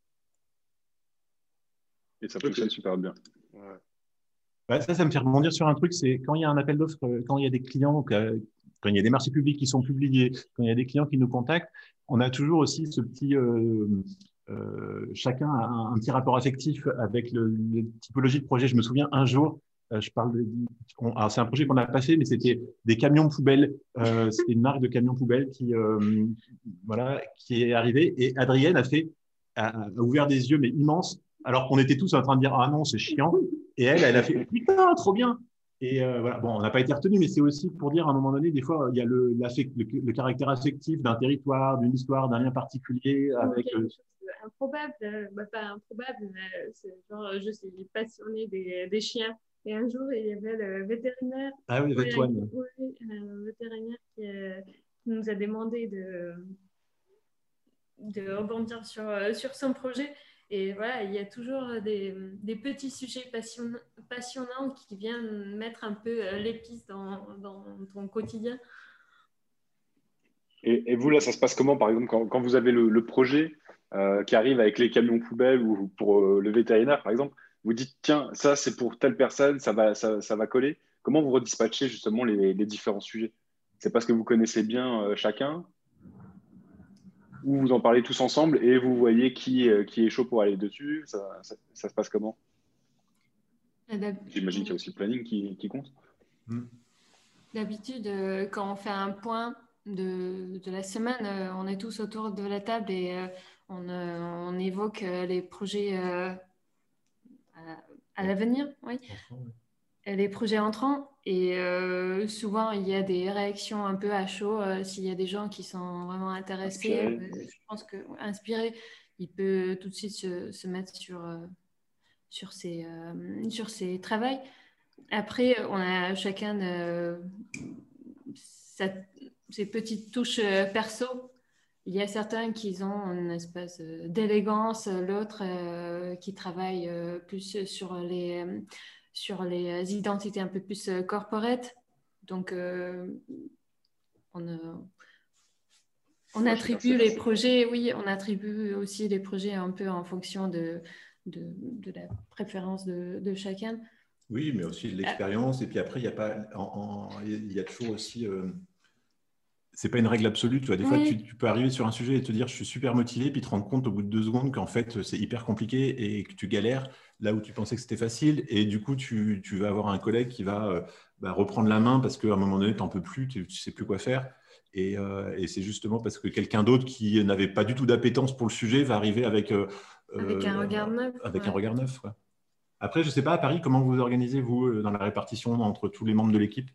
B: Et ça fonctionne super bien.
A: Ouais.
D: Bah, ça me fait rebondir sur un truc, c'est quand il y a un appel d'offres, quand il y a des clients, quand il y a des marchés publics qui sont publiés, quand il y a des clients qui nous contactent, on a toujours aussi ce petit... chacun a un petit rapport affectif avec les typologies de projet. Je me souviens un jour, alors c'est un projet qu'on a passé, mais c'était des camions poubelles. C'était une marque de camions poubelles qui est arrivée et Adrienne a ouvert des yeux mais immenses, alors qu'on était tous en train de dire ah non c'est chiant. Et elle a fait putain trop bien. Et voilà, bon, on n'a pas été retenu, mais c'est aussi pour dire à un moment donné, des fois, il y a le caractère affectif d'un territoire, d'une histoire, d'un lien particulier avec.
F: Improbable, pas improbable, mais c'est genre je suis passionnée des chiens. Et un jour, il y avait le vétérinaire.
D: Ah oui, Vétoine.
F: Oui, un vétérinaire qui nous a demandé de rebondir sur son projet. Et voilà, il y a toujours des petits sujets passionnants qui viennent mettre un peu l'épice dans ton quotidien.
B: Et vous, là, ça se passe comment, par exemple, quand vous avez le projet qui arrive avec les camions poubelles ou pour le vétérinaire, par exemple, vous dites, tiens, ça, c'est pour telle personne, ça va coller. Comment vous redispatchez justement les différents sujets? C'est parce que vous connaissez bien chacun ou vous en parlez tous ensemble et vous voyez qui est chaud pour aller dessus? Ça se passe comment? J'imagine qu'il y a aussi le planning qui compte.
F: D'habitude, quand on fait un point de la semaine, on est tous autour de la table et on évoque les projets à l'avenir, oui. Les projets entrants. Et souvent, il y a des réactions un peu à chaud. S'il y a des gens qui sont vraiment intéressés, je pense que inspiré, il peut tout de suite se mettre sur ses travaux. Après, on a chacun ses petites touches perso. Il y a certains qui ont une espèce d'élégance, l'autre qui travaille plus sur les identités un peu plus corporate. Donc, on attribue les projets, oui, on attribue aussi les projets un peu en fonction de la préférence de chacun.
D: Oui, mais aussi de l'expérience. Et puis après, il y a pas, il y a toujours aussi. C'est pas une règle absolue. Tu vois, des fois, tu peux arriver sur un sujet et te dire, je suis super motivé, puis te rendre compte au bout de 2 secondes qu'en fait, c'est hyper compliqué et que tu galères là où tu pensais que c'était facile. Et du coup, tu vas avoir un collègue qui va reprendre la main parce qu'à un moment donné, tu n'en peux plus, tu sais plus quoi faire. Et c'est justement parce que quelqu'un d'autre qui n'avait pas du tout d'appétence pour le sujet va arriver avec
F: un regard neuf.
D: Un regard neuf. Ouais. Après, je ne sais pas, à Paris, comment vous organisez, vous, dans la répartition entre tous les membres de l'équipe?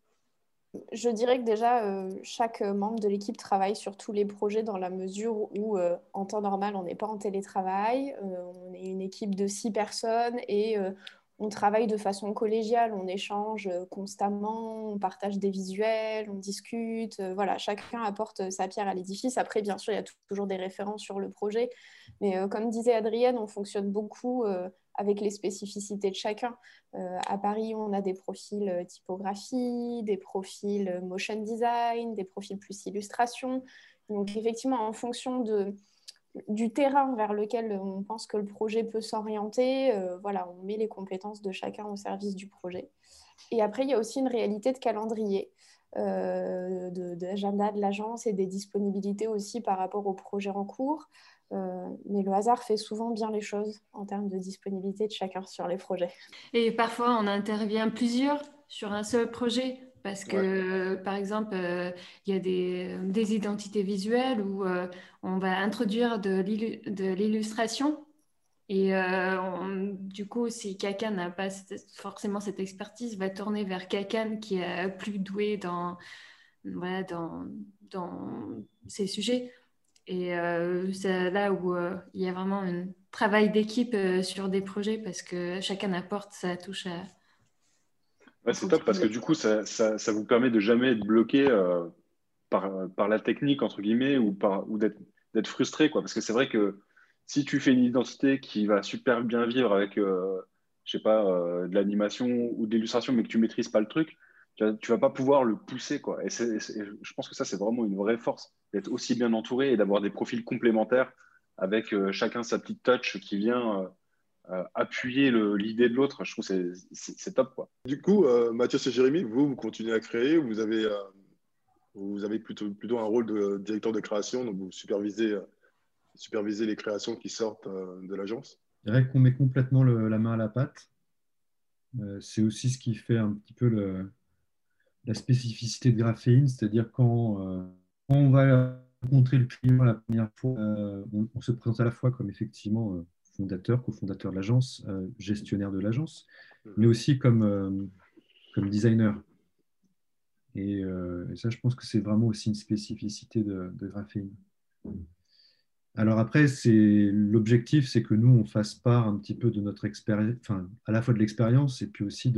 C: Je dirais que déjà, chaque membre de l'équipe travaille sur tous les projets dans la mesure où, en temps normal, on n'est pas en télétravail. On est une équipe de 6 personnes et on travaille de façon collégiale. On échange constamment, on partage des visuels, on discute. Voilà, chacun apporte sa pierre à l'édifice. Après, bien sûr, il y a toujours des références sur le projet. Mais comme disait Adrienne, on fonctionne beaucoup avec les spécificités de chacun. À Paris, on a des profils typographie, des profils motion design, des profils plus illustration. Donc effectivement, en fonction du terrain vers lequel on pense que le projet peut s'orienter, voilà, on met les compétences de chacun au service du projet. Et après, il y a aussi une réalité de calendrier, d'agenda de l'agence et des disponibilités aussi par rapport au projet en cours. Mais le hasard fait souvent bien les choses en termes de disponibilité de chacun sur les projets.
F: Et parfois, on intervient plusieurs sur un seul projet parce que, par exemple, il y a des identités visuelles où on va introduire de l'illustration. Et du coup, si quelqu'un n'a pas forcément cette expertise, va tourner vers quelqu'un qui est plus doué dans ces sujets. Et c'est là où il y a vraiment un travail d'équipe sur des projets parce que chacun apporte sa touche à...
B: Ouais, c'est top parce que du coup, ça vous permet de jamais être bloqué par la technique, entre guillemets, ou d'être frustré, quoi. Parce que c'est vrai que si tu fais une identité qui va super bien vivre avec, je sais pas, de l'animation ou de l'illustration, mais que tu maîtrises pas le truc, tu vas pas pouvoir le pousser, quoi. Et je pense que ça, c'est vraiment une vraie force d'être aussi bien entouré et d'avoir des profils complémentaires avec chacun sa petite touch qui vient appuyer l'idée de l'autre. Je trouve que c'est top, quoi.
A: Du coup, Mathias et Jérémy, vous continuez à créer, vous avez plutôt un rôle de directeur de création, donc vous supervisez les créations qui sortent de l'agence.
E: Je dirais qu'on met complètement la main à la pâte. C'est aussi ce qui fait un petit peu la spécificité de Graphéine, c'est-à-dire quand on va rencontrer le client la première fois, on se présente à la fois comme effectivement fondateur, cofondateur de l'agence, gestionnaire de l'agence, mais aussi comme designer. Et ça, je pense que c'est vraiment aussi une spécificité de Graphéine. Alors après, l'objectif, c'est que nous, on fasse part un petit peu de notre expérience, enfin, à la fois de l'expérience et puis aussi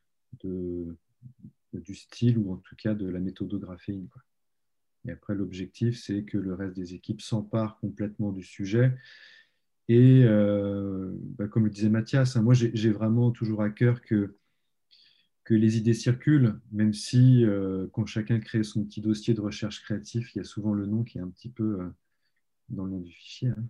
E: du style ou en tout cas de la méthodographie, quoi. Et après, l'objectif, c'est que le reste des équipes s'emparent complètement du sujet Et comme le disait Mathias, hein, moi j'ai vraiment toujours à cœur que les idées circulent, même si quand chacun crée son petit dossier de recherche créatif, il y a souvent le nom qui est un petit peu dans le nom du fichier, hein.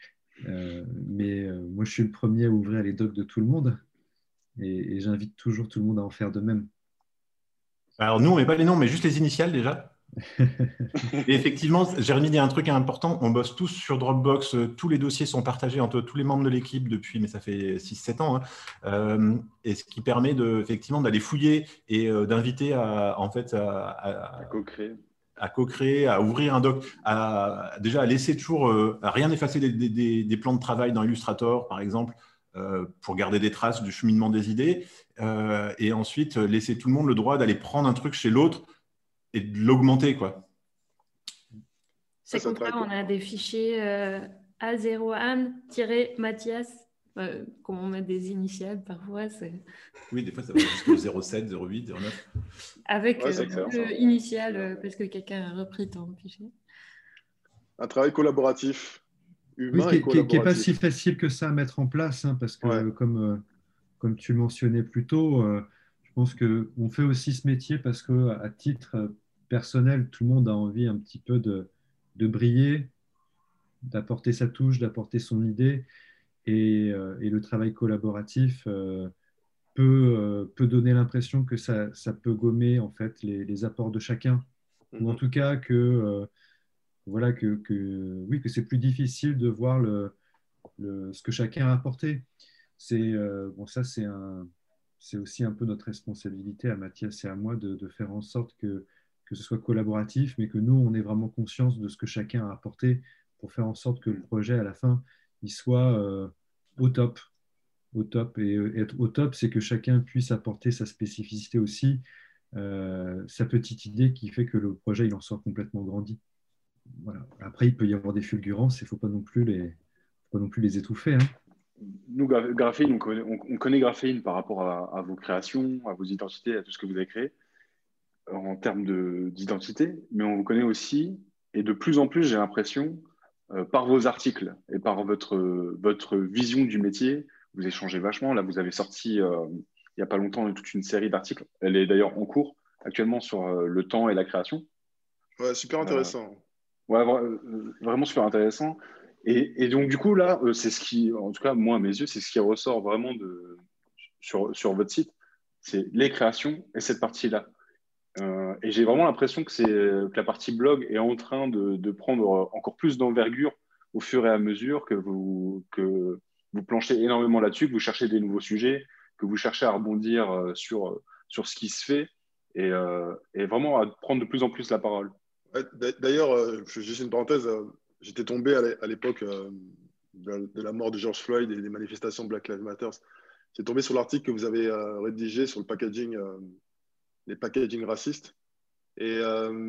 E: Mais moi, je suis le premier à ouvrir les docs de tout le monde et j'invite toujours tout le monde à en faire de même.
D: Alors nous, on met pas les noms, mais juste les initiales déjà. Et effectivement, Jérémy dit un truc important, on bosse tous sur Dropbox, tous les dossiers sont partagés entre tous les membres de l'équipe depuis, mais ça fait 6-7 ans, hein. Et ce qui permet effectivement d'aller fouiller et d'inviter en fait,
B: À co-créer.
D: à co-créer, à ouvrir un doc, déjà à laisser toujours, à rien effacer des plans de travail dans Illustrator, par exemple, pour garder des traces du cheminement des idées, et ensuite laisser tout le monde le droit d'aller prendre un truc chez l'autre et de l'augmenter, quoi.
F: C'est comme ça, on a des fichiers A0Anne-Mathias, comme on met des initiales parfois.
D: Oui, des fois ça va jusqu'au 07, 08, 09.
F: Avec
B: le
F: initial, parce que quelqu'un a repris ton fichier.
A: Un travail collaboratif, humain
E: Oui,
A: et
E: qui n'est
A: collaboratif.
E: pas si facile que ça à mettre en place, hein, parce que comme tu le mentionnais plus tôt, je pense qu'on fait aussi ce métier parce qu'à titre personnel, tout le monde a envie un petit peu de briller, d'apporter sa touche, d'apporter son idée. Et le travail collaboratif peut donner l'impression que ça peut gommer en fait les apports de chacun. Ou en tout cas voilà, oui, que c'est plus difficile de voir ce que chacun a apporté. Bon, ça, c'est aussi un peu notre responsabilité à Mathias et à moi de faire en sorte que ce soit collaboratif, mais que nous, on ait vraiment conscience de ce que chacun a apporté pour faire en sorte que le projet, à la fin, il soit au top. Au top. Et être au top, c'est que chacun puisse apporter sa spécificité aussi, sa petite idée qui fait que le projet, il en sort complètement grandi. Voilà. Après, il peut y avoir des fulgurances, il ne faut pas non plus les étouffer, hein.
B: Nous, Graphene, on connaît Graphene par rapport à vos créations, à vos identités, à tout ce que vous avez créé en termes d'identité, mais on vous connaît aussi, et de plus en plus, j'ai l'impression, par vos articles et par votre vision du métier, vous échangez vachement. Là, vous avez sorti, il n'y a pas longtemps, toute une série d'articles. Elle est d'ailleurs en cours actuellement sur le temps et la création.
A: Ouais, super intéressant.
B: Ouais, vraiment super intéressant. Et donc, du coup, là, c'est ce qui, en tout cas, moi, à mes yeux, c'est ce qui ressort vraiment sur votre site. C'est les créations et cette partie-là. Et j'ai vraiment l'impression que la partie blog est en train de prendre encore plus d'envergure au fur et à mesure que vous planchez énormément là-dessus, que vous cherchez des nouveaux sujets, que vous cherchez à rebondir sur ce qui se fait et vraiment à prendre de plus en plus la parole.
A: Ouais, d'ailleurs, juste une parenthèse, j'étais tombé à l'époque de la mort de George Floyd et des manifestations Black Lives Matter. J'ai tombé sur l'article que vous avez rédigé sur le packaging, les packaging racistes. Et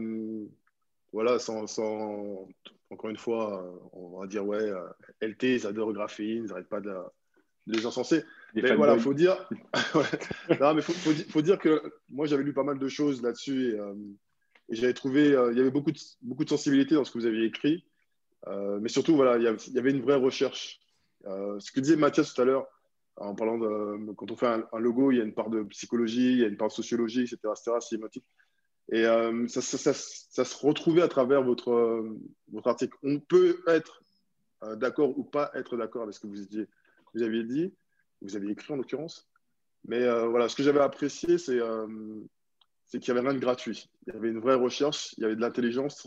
A: voilà, encore une fois, on va dire, ouais, LT, ils adorent Graphene, ils n'arrêtent pas de les encenser. Mais voilà, il faut dire, non, mais faut dire que moi, j'avais lu pas mal de choses là-dessus et j'avais trouvé, il y avait beaucoup de sensibilité dans ce que vous aviez écrit. Mais surtout, voilà, il y avait une vraie recherche. Ce que disait Mathias tout à l'heure, en parlant quand on fait un logo, il y a une part de psychologie, il y a une part de sociologie, etc., sémantique. Et ça se retrouvait à travers votre article. On peut être d'accord ou pas être d'accord avec ce que vous aviez dit, vous aviez écrit en l'occurrence. Mais voilà, ce que j'avais apprécié, c'est qu'il n'y avait rien de gratuit. Il y avait une vraie recherche, il y avait de l'intelligence.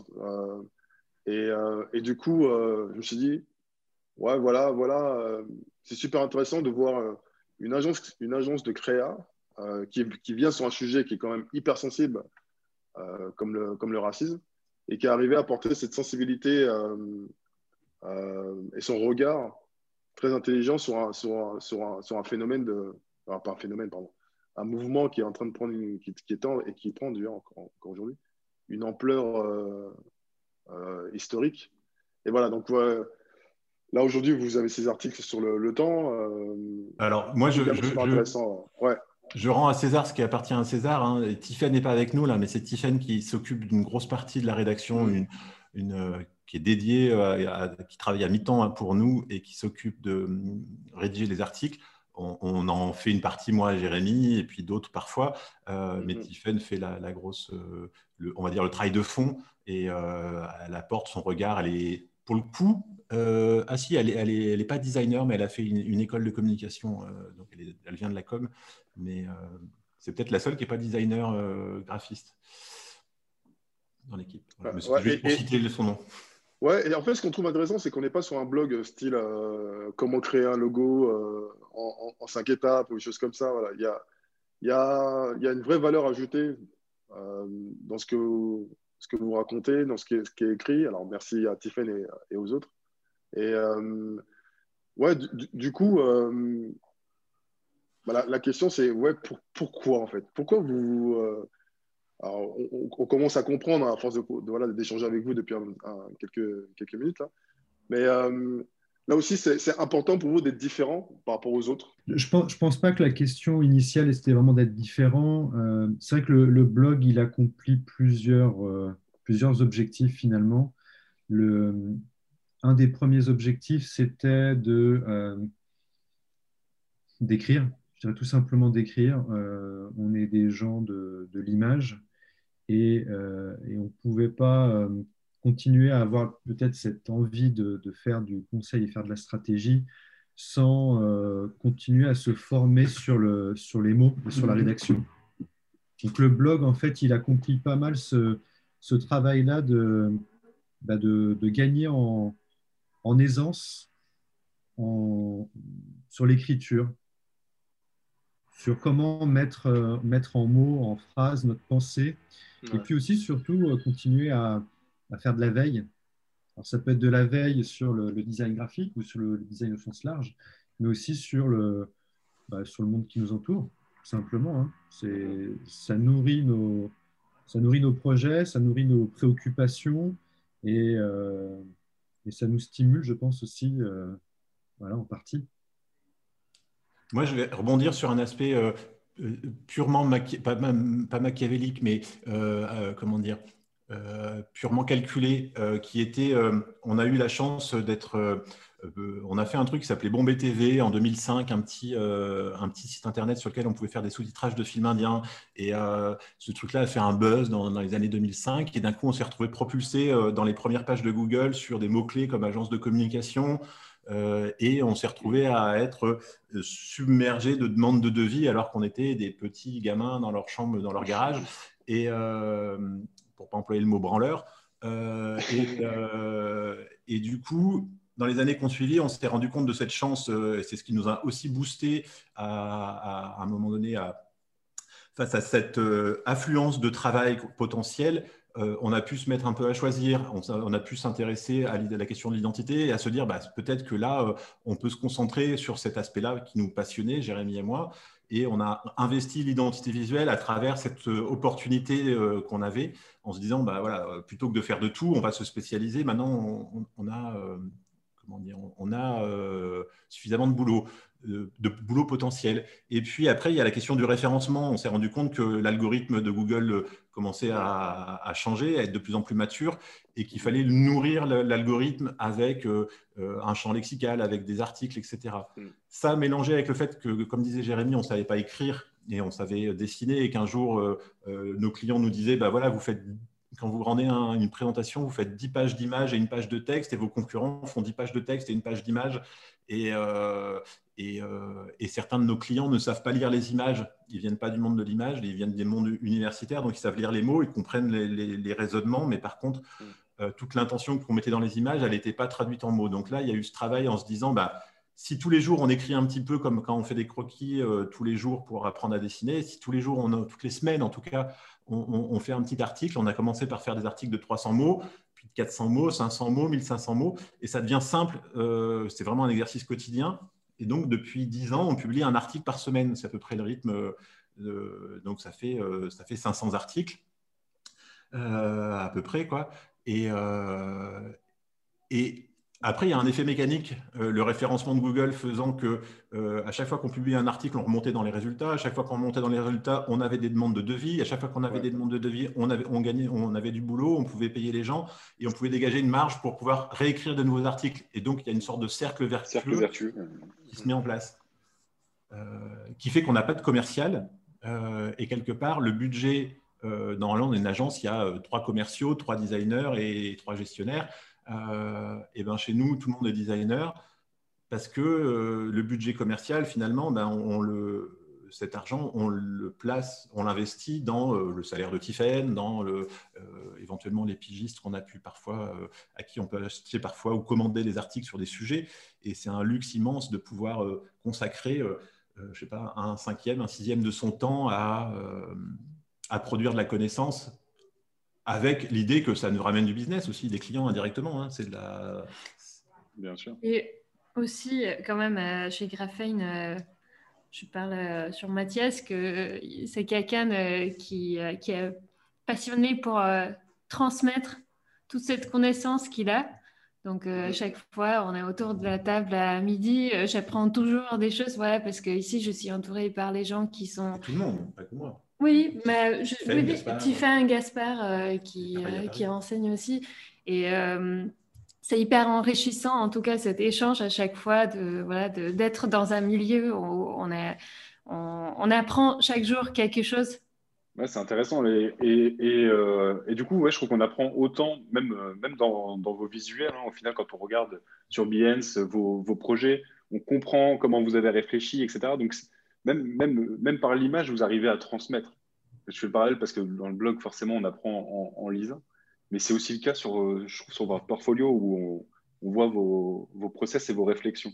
A: Et du coup, je me suis dit, ouais, voilà, c'est super intéressant de voir une agence de créa qui vient sur un sujet qui est quand même hyper sensible, comme le racisme, et qui est arrivé à porter cette sensibilité et son regard très intelligent sur un phénomène pas un phénomène, pardon, un mouvement qui est en train de prendre, qui prend d'ailleurs encore aujourd'hui, une ampleur historique. Et voilà, donc là aujourd'hui, vous avez ces articles sur le temps.
D: Alors, moi,
A: intéressant. Ouais.
D: Je rends à César ce qui appartient à César, hein. Tiffen n'est pas avec nous là, mais c'est Tiffen qui s'occupe d'une grosse partie de la rédaction, qui est dédiée, qui travaille à mi-temps pour nous et qui s'occupe de rédiger les articles. On en fait une partie, moi et Jérémy, et puis d'autres parfois. Mais Tiffaine fait la grosse, on va dire le travail de fond, et elle apporte son regard. Elle est, pour le coup, si, elle est pas designer, mais elle a fait une école de communication, donc elle vient de la com, mais c'est peut-être la seule qui n'est pas designer graphiste dans l'équipe. Voilà. C'était juste pour citer son nom.
A: Ouais, et en fait, ce qu'on trouve intéressant, c'est qu'on n'est pas sur un blog style comment créer un logo en 5 étapes ou des choses comme ça. Voilà. Il y a une vraie valeur ajoutée dans ce que vous racontez, dans ce qui est écrit. Alors, merci à Tiffaine et aux autres. Et ouais, du coup, la question, c'est pourquoi en fait? Pourquoi vous. Alors, on commence à comprendre à force d'échanger avec vous depuis quelques minutes. Là. Mais là aussi, c'est important pour vous d'être différent par rapport aux autres.
E: Je pense pas que la question initiale, c'était vraiment d'être différent. C'est vrai que le blog, il accomplit plusieurs objectifs finalement. Un des premiers objectifs, c'était d'écrire. Je dirais tout simplement d'écrire. On est des gens de l'image. Et on ne pouvait pas continuer à avoir peut-être cette envie de faire du conseil et faire de la stratégie sans continuer à se former sur les mots et sur la rédaction. Donc le blog, en fait, il accomplit pas mal ce travail-là de gagner en aisance sur l'écriture, sur comment mettre en mots, en phrases, notre pensée. Ouais. Et puis aussi, surtout, continuer à faire de la veille. Alors, ça peut être de la veille sur le design graphique ou sur le design au sens large, mais aussi sur le monde qui nous entoure, tout simplement. Hein. Ça nourrit nos projets, ça nourrit nos préoccupations et ça nous stimule, je pense aussi, en partie.
D: Moi, je vais rebondir sur un aspect purement, pas machiavélique, mais comment dire, purement calculé, qui était, on a eu la chance d'être, on a fait un truc qui s'appelait Bombay TV en 2005, un petit site internet sur lequel on pouvait faire des sous-titrages de films indiens, et ce truc-là a fait un buzz dans les années 2005, et d'un coup on s'est retrouvé propulsé dans les premières pages de Google sur des mots-clés comme agence de communication, et on s'est retrouvé à être submergé de demandes de devis alors qu'on était des petits gamins dans leur chambre, dans leur garage, et pour ne pas employer le mot branleur. Et du coup, dans les années qui ont suivi, on s'est rendu compte de cette chance, et c'est ce qui nous a aussi boosté à un moment donné face à cette affluence de travail potentiel. On a pu se mettre un peu à choisir, on a pu s'intéresser à la question de l'identité et à se dire peut-être que là, on peut se concentrer sur cet aspect-là qui nous passionnait, Jérémy et moi, et on a investi l'identité visuelle à travers cette opportunité qu'on avait en se disant, plutôt que de faire de tout, on va se spécialiser. Maintenant, on a suffisamment de boulot potentiel. Et puis après, il y a la question du référencement. On s'est rendu compte que l'algorithme de Google commençait à changer, à être de plus en plus mature, et qu'il fallait nourrir l'algorithme avec un champ lexical, avec des articles, etc. Ça, mélangé avec le fait que, comme disait Jérémy, on ne savait pas écrire et on savait dessiner, et qu'un jour, nos clients nous disaient, vous faites... Quand vous rendez une présentation, vous faites 10 pages d'images et une page de texte, et vos concurrents font 10 pages de texte et une page d'images. Et certains de nos clients ne savent pas lire les images. Ils ne viennent pas du monde de l'image, ils viennent des mondes universitaires, donc ils savent lire les mots, ils comprennent les raisonnements, mais par contre, toute l'intention qu'on mettait dans les images, elle n'était pas traduite en mots. Donc là, il y a eu ce travail en se disant, si tous les jours on écrit un petit peu comme quand on fait des croquis tous les jours pour apprendre à dessiner, si tous les jours, toutes les semaines en tout cas, on fait un petit article. On a commencé par faire des articles de 300 mots, puis de 400 mots, 500 mots, 1500 mots, et ça devient simple. C'est vraiment un exercice quotidien. Et donc, depuis 10 ans, on publie un article par semaine. C'est à peu près le rythme. Donc, ça fait 500 articles, à peu près, quoi. Et Après, il y a un effet mécanique, le référencement de Google faisant que à chaque fois qu'on publiait un article, on remontait dans les résultats. À chaque fois qu'on remontait dans les résultats, on avait des demandes de devis. À chaque fois qu'on avait des demandes de devis, on avait du boulot, on pouvait payer les gens et on pouvait dégager une marge pour pouvoir réécrire de nouveaux articles. Et donc, il y a une sorte de cercle vertueux qui se met en place, qui fait qu'on n'a pas de commercial. Et quelque part, le budget, dans une agence, il y a 3 commerciaux, 3 designers et 3 gestionnaires. Et ben chez nous, tout le monde est designer parce que le budget commercial, finalement, cet argent, on le place, on l'investit dans le salaire de Tiffen, dans éventuellement les pigistes qu'on a pu parfois, à qui on peut acheter parfois ou commander des articles sur des sujets. Et c'est un luxe immense de pouvoir consacrer, je sais pas, un 5e, un 6e de son temps à produire de la connaissance, avec l'idée que ça nous ramène du business aussi, des clients indirectement. Hein. C'est de la...
B: Bien sûr.
F: Et aussi, quand même, chez Graphane, je parle sur Mathias, que c'est quelqu'un qui est passionné pour transmettre toute cette connaissance qu'il a. Donc, chaque fois, on est autour de la table à midi, j'apprends toujours des choses, voilà, parce que ici, je suis entourée par les gens qui sont...
D: Tout le monde, pas que moi.
F: Oui, mais
D: Tiffen,
F: Gaspard qui enseigne aussi. Et c'est hyper enrichissant, en tout cas, cet échange à chaque fois d'être dans un milieu où on apprend chaque jour quelque chose.
B: Ouais, c'est intéressant. Et du coup, ouais, je trouve qu'on apprend autant, même dans vos visuels. Hein, au final, quand on regarde sur Behance vos projets, on comprend comment vous avez réfléchi, etc. Donc, même par l'image, vous arrivez à transmettre. Je fais le parallèle parce que dans le blog, forcément, on apprend en lisant. Mais c'est aussi le cas je trouve, sur votre portfolio où on voit vos process et vos réflexions.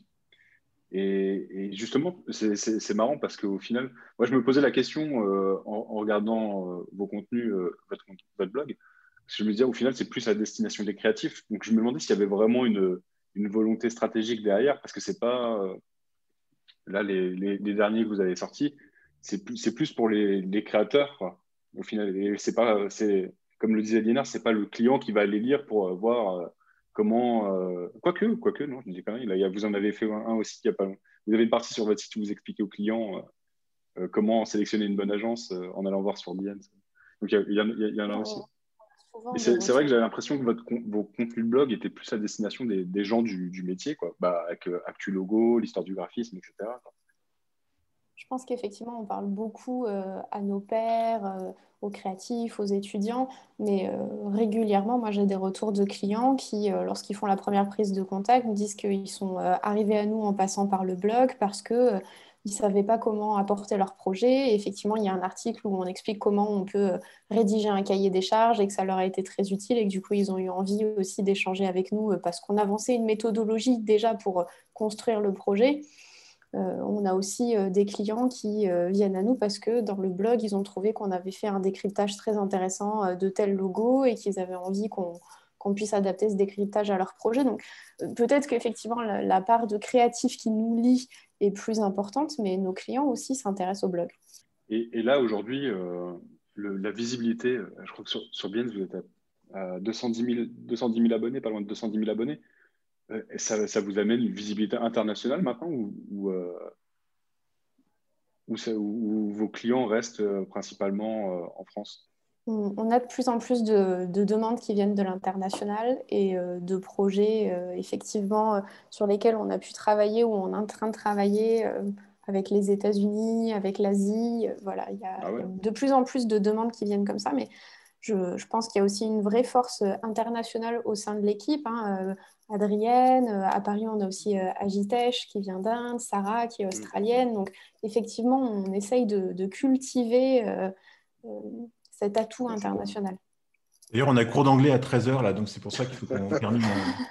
B: Et justement, c'est marrant parce qu'au final, moi, je me posais la question en regardant vos contenus, votre blog, parce que je me disais, au final, c'est plus à destination des créatifs. Donc, je me demandais s'il y avait vraiment une volonté stratégique derrière, parce que c'est pas, là, les derniers que vous avez sortis, c'est plus pour les créateurs, quoi, au final. Et c'est pas, comme le disait Liénard, c'est pas le client qui va aller lire pour voir comment. Quoique, non, je dis quand même, vous en avez fait un aussi il y a pas longtemps. Vous avez une partie sur votre site où vous expliquez aux clients comment sélectionner une bonne agence en allant voir sur Behance. Donc il y en a aussi. Et c'est vrai que j'avais l'impression que vos contenus de blog étaient plus à destination des gens du métier, quoi. Bah, avec Actu Logo, l'histoire du graphisme, etc.
C: Je pense qu'effectivement, on parle beaucoup à nos pairs, aux créatifs, aux étudiants, mais régulièrement, moi, j'ai des retours de clients qui, lorsqu'ils font la première prise de contact, me disent qu'ils sont arrivés à nous en passant par le blog parce que ils ne savaient pas comment apporter leur projet. Et effectivement, il y a un article où on explique comment on peut rédiger un cahier des charges et que ça leur a été très utile et que du coup, ils ont eu envie aussi d'échanger avec nous parce qu'on avançait une méthodologie déjà pour construire le projet. On a aussi des clients qui viennent à nous parce que dans le blog, ils ont trouvé qu'on avait fait un décryptage très intéressant de tel logo et qu'ils avaient envie qu'on puisse adapter ce décryptage à leur projet. Donc peut-être qu'effectivement, la part de créatifs qui nous lie est plus importante, mais nos clients aussi s'intéressent au blog.
B: Et là, aujourd'hui, la visibilité, je crois que sur Behance, vous êtes à 210 000 abonnés, pas loin de 210 000 abonnés. Ça vous amène une visibilité internationale maintenant ou vos clients restent principalement en France?
C: On a de plus en plus de demandes qui viennent de l'international et de projets effectivement sur lesquels on a pu travailler ou on est en train de travailler avec les États-Unis, avec l'Asie. Voilà, il y a de plus en plus de demandes qui viennent comme ça, mais je pense qu'il y a aussi une vraie force internationale au sein de l'équipe. Hein. Adrienne, à Paris, on a aussi Agitesh qui vient d'Inde, Sarah qui est australienne. Donc, effectivement, on essaye de cultiver cet atout international.
D: D'ailleurs, on a cours d'anglais à 13h, là, donc c'est pour ça qu'il faut qu'on termine.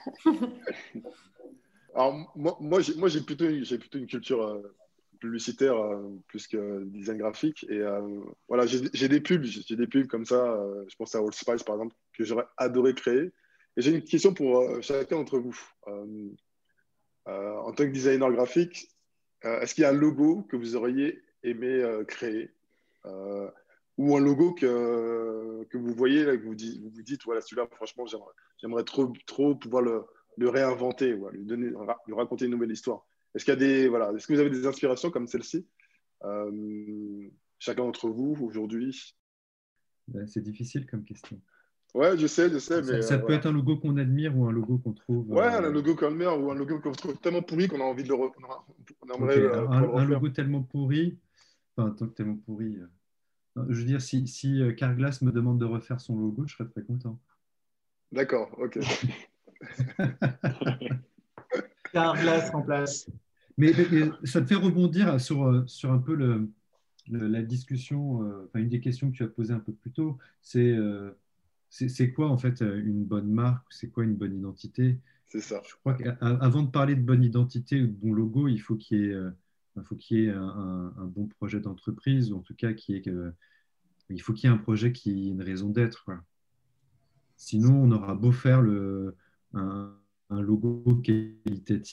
A: Alors, moi j'ai plutôt une culture publicitaire plus que design graphique. Et voilà, j'ai des pubs comme ça. Je pense à Old Spice, par exemple, que j'aurais adoré créer. Et j'ai une question pour chacun d'entre vous. En tant que designer graphique, est-ce qu'il y a un logo que vous auriez aimé créer ou un logo que vous voyez, là, que vous dites, voilà, celui-là, franchement, j'aimerais trop pouvoir le réinventer, lui raconter une nouvelle histoire. Est-ce que vous avez des inspirations comme celle-ci, chacun d'entre vous aujourd'hui?
E: C'est difficile comme question.
A: Ouais, je sais, mais
E: Ça peut être un logo qu'on admire ou un logo qu'on trouve.
A: Ouais, un logo comme le mien ou un logo qu'on trouve tellement pourri qu'on a envie de on aimerait pouvoir le
E: Un
A: refaire.
E: logo tellement pourri, enfin, tant que tellement pourri. Je veux dire, si Carglass me demande de refaire son logo, je serais très content.
A: D'accord, ok.
H: Carglass en place.
E: Mais ça te fait rebondir sur un peu la discussion, une des questions que tu as posées un peu plus tôt, c'est quoi en fait une bonne marque, c'est quoi une bonne identité?
A: C'est ça.
E: Je crois qu'avant de parler de bonne identité ou de bon logo, il faut qu'il y ait un bon projet d'entreprise, ou en tout cas il faut qu'il y ait un projet qui ait une raison d'être, quoi. Sinon, on aura beau faire un logo qualitatif,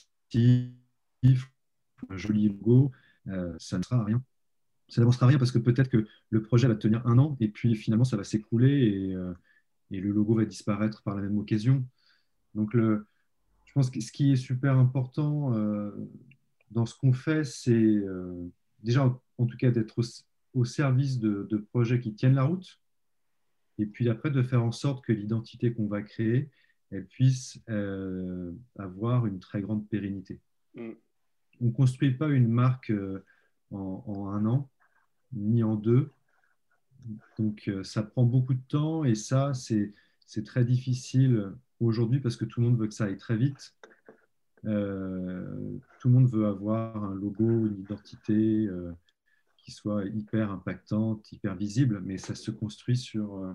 E: un joli logo, ça ne sera à rien. Ça n'avancera rien parce que peut-être que le projet va tenir 1 an et puis finalement ça va s'écrouler et le logo va disparaître par la même occasion. Donc je pense que ce qui est super important dans ce qu'on fait, c'est déjà en tout cas d'être au service de projets qui tiennent la route et puis après de faire en sorte que l'identité qu'on va créer, elle puisse avoir une très grande pérennité. On ne construit pas une marque en 1 an, ni en 2. Donc, ça prend beaucoup de temps et ça, c'est très difficile aujourd'hui parce que tout le monde veut que ça aille très vite. Tout le monde veut avoir un logo, une identité qui soit hyper impactante, hyper visible, mais ça se construit sur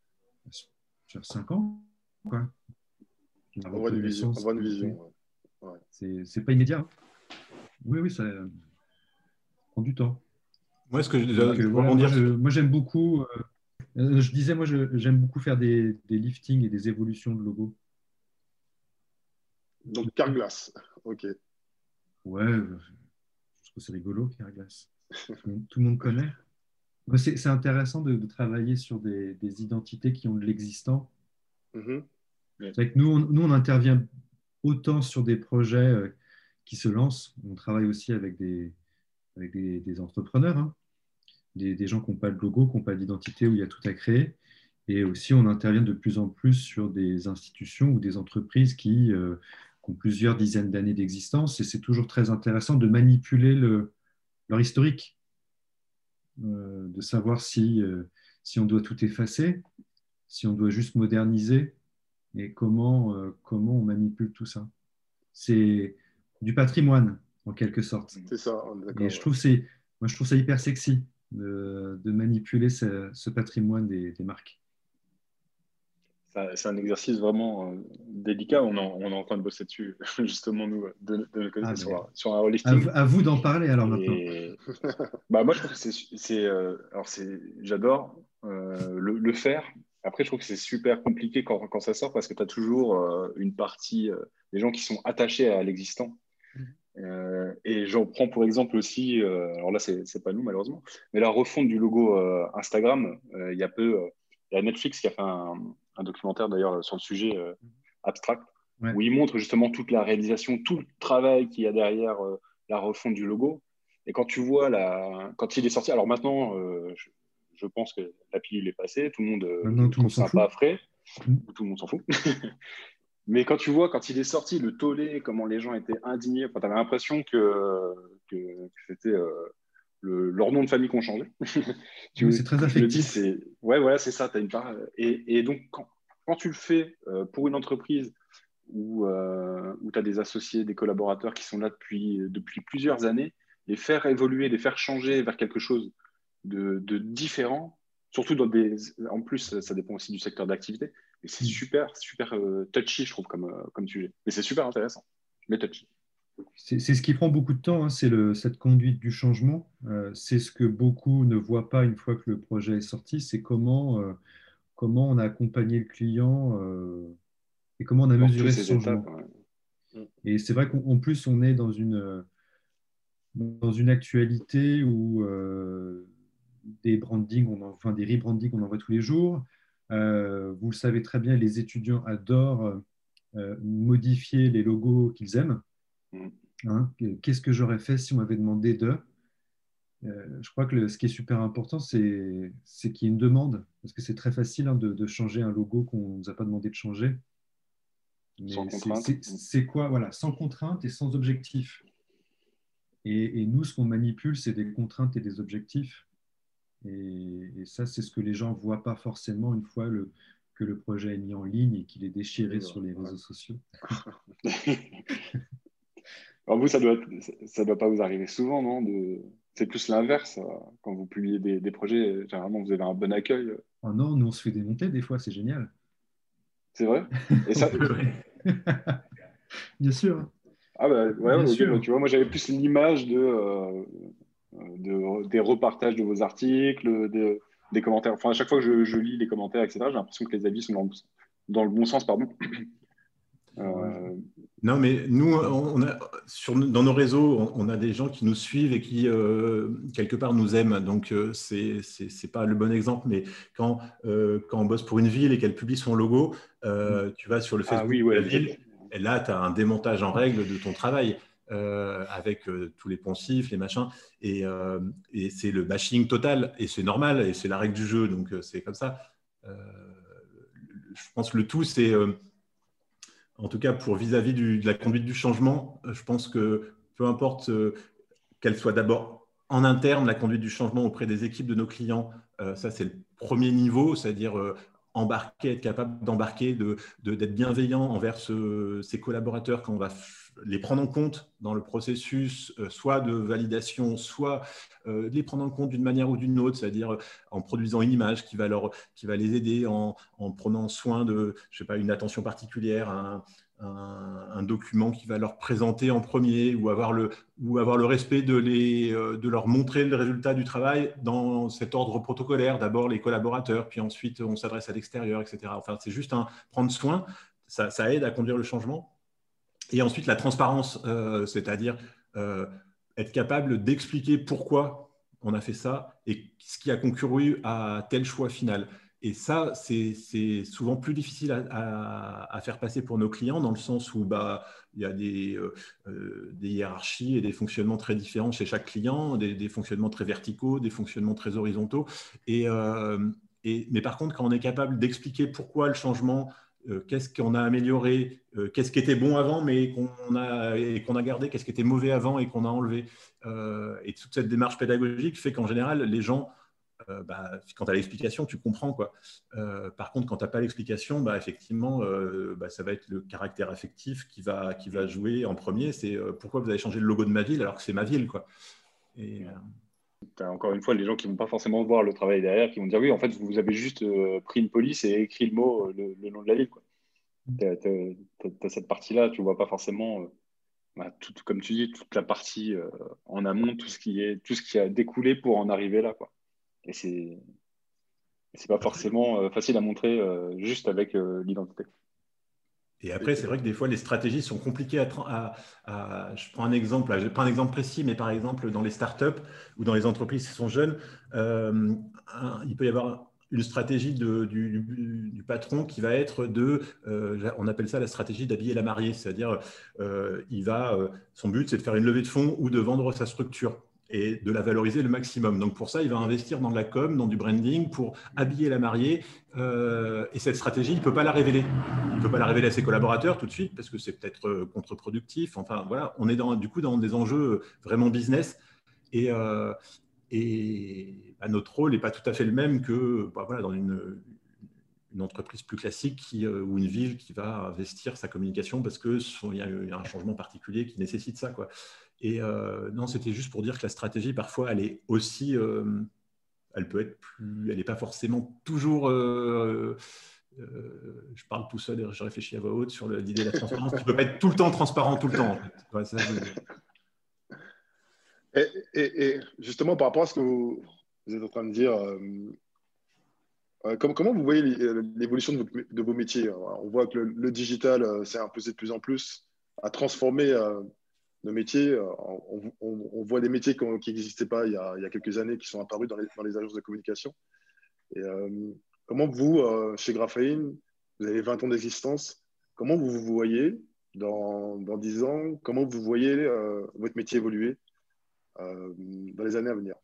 E: 5 ans, quoi.
A: Avoir une vision. Ouais.
E: C'est pas immédiat, hein. Oui, ça prend du temps.
D: Moi, ce que
E: moi, j'aime beaucoup. Je disais, moi, j'aime beaucoup faire des liftings et des évolutions de logos.
A: Donc, Carglass, ok.
E: Ouais, je trouve c'est rigolo, Carglass. Tout le monde connaît. C'est intéressant de travailler sur des identités qui ont de l'existant. C'est vrai que nous, on intervient autant sur des projets qui se lancent. On travaille aussi avec des entrepreneurs, hein. Des gens qui n'ont pas de logo, qui n'ont pas d'identité, où il y a tout à créer. Et aussi, on intervient de plus en plus sur des institutions ou des entreprises qui ont plusieurs dizaines d'années d'existence. Et c'est toujours très intéressant de manipuler leur historique, de savoir si on doit tout effacer, si on doit juste moderniser, et comment on manipule tout ça. C'est du patrimoine, en quelque sorte.
A: C'est ça, d'accord.
E: Et je trouve ça hyper sexy de manipuler ce patrimoine des marques.
B: C'est un exercice vraiment délicat. On est en train de bosser dessus, justement, nous, de notre côté, sur un listing.
E: À vous d'en parler, alors, maintenant.
B: Moi, je trouve que j'adore le faire. Après, je trouve que c'est super compliqué quand ça sort parce que tu as toujours une partie des gens qui sont attachés à l'existant. Et j'en prends pour exemple aussi, alors là, c'est pas nous, malheureusement, mais la refonte du logo Instagram, il y a Netflix qui a fait un documentaire d'ailleurs sur le sujet Abstract, où il montre justement toute la réalisation, tout le travail qu'il y a derrière la refonte du logo. Et quand tu vois quand il est sorti, alors maintenant, je pense que la pilule est passée, tout le monde trouve ça pas frais, tout le monde s'en fout. Mais quand tu vois, quand il est sorti, le tollé, comment les gens étaient indignés, tu avais l'impression que c'était leur nom de famille qu'on changeait.
E: C'est très affectif.
B: Ouais, voilà, c'est ça. As une part. Et donc, quand tu le fais pour une entreprise où tu as des associés, des collaborateurs qui sont là depuis plusieurs années, les faire évoluer, les faire changer vers quelque chose de différent, surtout en plus, ça dépend aussi du secteur d'activité. Et c'est super touchy, je trouve, comme sujet. Mais c'est super intéressant, mais touchy.
E: C'est ce qui prend beaucoup de temps, hein, c'est cette conduite du changement. C'est ce que beaucoup ne voient pas une fois que le projet est sorti, c'est comment on a accompagné le client et comment on a mesuré ce changement.
B: Ouais.
E: Et c'est vrai qu'en plus, on est dans une actualité où des brandings, des rebrandings, on en voit tous les jours. Vous le savez très bien, les étudiants adorent modifier les logos qu'ils aiment.
B: Mm.
E: Hein, qu'est-ce que j'aurais fait si on m'avait demandé de… Je crois que ce qui est super important, c'est qu'il y ait une demande, parce que c'est très facile de changer un logo qu'on ne nous a pas demandé de changer.
B: Sans
E: Mais
B: contrainte.
E: c'est quoi, voilà, sans contrainte et sans objectif. Et nous, ce qu'on manipule, c'est des contraintes et des objectifs. Et ça, c'est ce que les gens ne voient pas forcément une fois que le projet est mis en ligne et qu'il est déchiré sur les réseaux sociaux.
B: Alors vous, ça doit pas vous arriver souvent, non? C'est plus l'inverse. Quand vous publiez des projets, généralement, vous avez un bon accueil.
E: Oh non, nous, on se fait démonter des fois, c'est génial.
B: C'est vrai? Et ça…
E: Bien sûr.
B: Ah bah ouais,
E: Bien
B: ok,
E: sûr.
B: bah, tu vois, moi j'avais plus l'image des repartages de vos articles, des commentaires. Enfin, à chaque fois que je lis les commentaires, etc., j'ai l'impression que les avis sont dans le bon sens, pardon.
D: Non, mais nous, dans nos réseaux, on a des gens qui nous suivent et qui, quelque part, nous aiment. Donc, c'est pas le bon exemple, mais quand on bosse pour une ville et qu'elle publie son logo, tu vas sur le Facebook
B: oui,
D: de
B: ouais,
D: la ville, et là, tu as un démontage en règle de ton travail, avec tous les poncifs, les machins, et c'est le bashing total, et c'est normal, et c'est la règle du jeu, donc c'est comme ça. Je pense que le tout, c'est… en tout cas, pour vis-à-vis de la conduite du changement, je pense que peu importe qu'elle soit d'abord en interne, la conduite du changement auprès des équipes de nos clients, ça c'est le premier niveau, c'est-à-dire embarquer, être capable d'embarquer, d'être bienveillant envers ses collaborateurs quand on va les prendre en compte dans le processus, soit de validation, soit de les prendre en compte d'une manière ou d'une autre, c'est-à-dire en produisant une image qui va les aider en prenant soin de, je sais pas, une attention particulière, un document qui va leur présenter en premier, ou avoir le respect de leur montrer le résultat du travail dans cet ordre protocolaire. D'abord les collaborateurs, puis ensuite on s'adresse à l'extérieur, etc. Enfin, c'est juste prendre soin, ça aide à conduire le changement. Et ensuite, la transparence, c'est-à-dire être capable d'expliquer pourquoi on a fait ça et ce qui a concouru à tel choix final. Et ça, c'est souvent plus difficile à faire passer pour nos clients, dans le sens où il y a des hiérarchies et des fonctionnements très différents chez chaque client, des fonctionnements très verticaux, des fonctionnements très horizontaux. Mais par contre, quand on est capable d'expliquer pourquoi le changement, qu'est-ce qu'on a amélioré, qu'est-ce qui était bon avant mais qu'on a gardé, qu'est-ce qui était mauvais avant et qu'on a enlevé. Et toute cette démarche pédagogique fait qu'en général, les gens, quand tu as l'explication, tu comprends, quoi. Par contre, quand tu n'as pas l'explication, effectivement, ça va être le caractère affectif qui va jouer en premier. C'est pourquoi vous avez changé le logo de ma ville alors que c'est ma ville, quoi. Et,
B: t'as encore une fois les gens qui ne vont pas forcément voir le travail derrière, qui vont dire oui, en fait, vous avez juste pris une police et écrit le mot, le nom de la ville, quoi. T'as cette partie-là, tu ne vois pas forcément, comme tu dis, toute la partie en amont, tout ce qui a découlé pour en arriver là, quoi. Et c'est pas forcément facile à montrer juste avec l'identité.
D: Et après, c'est vrai que des fois, les stratégies sont compliquées je prends un exemple, je pas un exemple précis, mais par exemple, dans les startups ou dans les entreprises qui sont jeunes, il peut y avoir une stratégie du patron qui va être on appelle ça la stratégie d'habiller la mariée, c'est-à-dire son but, c'est de faire une levée de fonds ou de vendre sa structure et de la valoriser le maximum. Donc pour ça, il va investir dans de la com, dans du branding pour habiller la mariée. Et cette stratégie, il ne peut pas la révéler. Il ne peut pas la révéler à ses collaborateurs tout de suite parce que c'est peut-être contre-productif. Enfin, voilà, on est du coup dans des enjeux vraiment business. Et notre rôle n'est pas tout à fait le même que dans une entreprise plus classique ou une ville qui va investir sa communication parce qu'il y a un changement particulier qui nécessite ça, quoi. Et non, c'était juste pour dire que la stratégie, parfois, elle est aussi… elle peut être plus… Elle n'est pas forcément toujours… je parle tout seul et je réfléchis à voix haute sur l'idée de la transparence. Tu ne peux pas être tout le temps transparent, tout le temps, en fait. Ouais, ça,
A: et justement, par rapport à ce que vous êtes en train de dire, comment vous voyez l'évolution de vos métiers? On voit que le digital s'est imposé de plus en plus à transformer nos métiers. On voit des métiers qui n'existaient pas il y a quelques années, qui sont apparus dans les agences de communication. Et comment vous, chez Graphein, vous avez 20 ans d'existence, comment vous vous voyez dans 10 ans? Comment vous voyez votre métier évoluer dans les années à venir?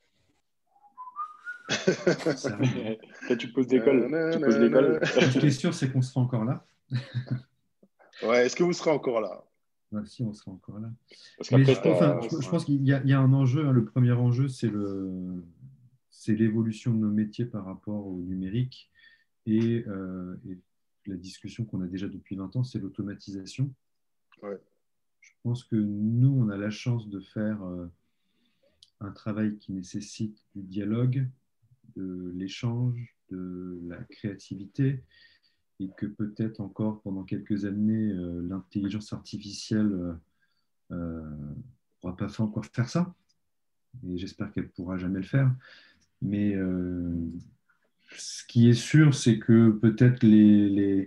E: Ça,
B: Là, tu poses l'école. Tu poses l'école.
E: ce qui est sûr, c'est qu'on sera encore là.
A: Ouais, est-ce que vous serez encore là?
E: Ouais, si, on sera encore là.
B: Parce
E: Mais
B: qu'après,
E: je pense qu'il y a un enjeu, hein. Le premier enjeu, c'est l'évolution de nos métiers par rapport au numérique. Et la discussion qu'on a déjà depuis 20 ans, c'est l'automatisation.
A: Ouais.
E: Je pense que nous, on a la chance de faire un travail qui nécessite du dialogue, de l'échange, de la créativité, et que peut-être encore pendant quelques années, l'intelligence artificielle pourra pas encore faire ça. Et j'espère qu'elle pourra jamais le faire. Mais ce qui est sûr, c'est que peut-être le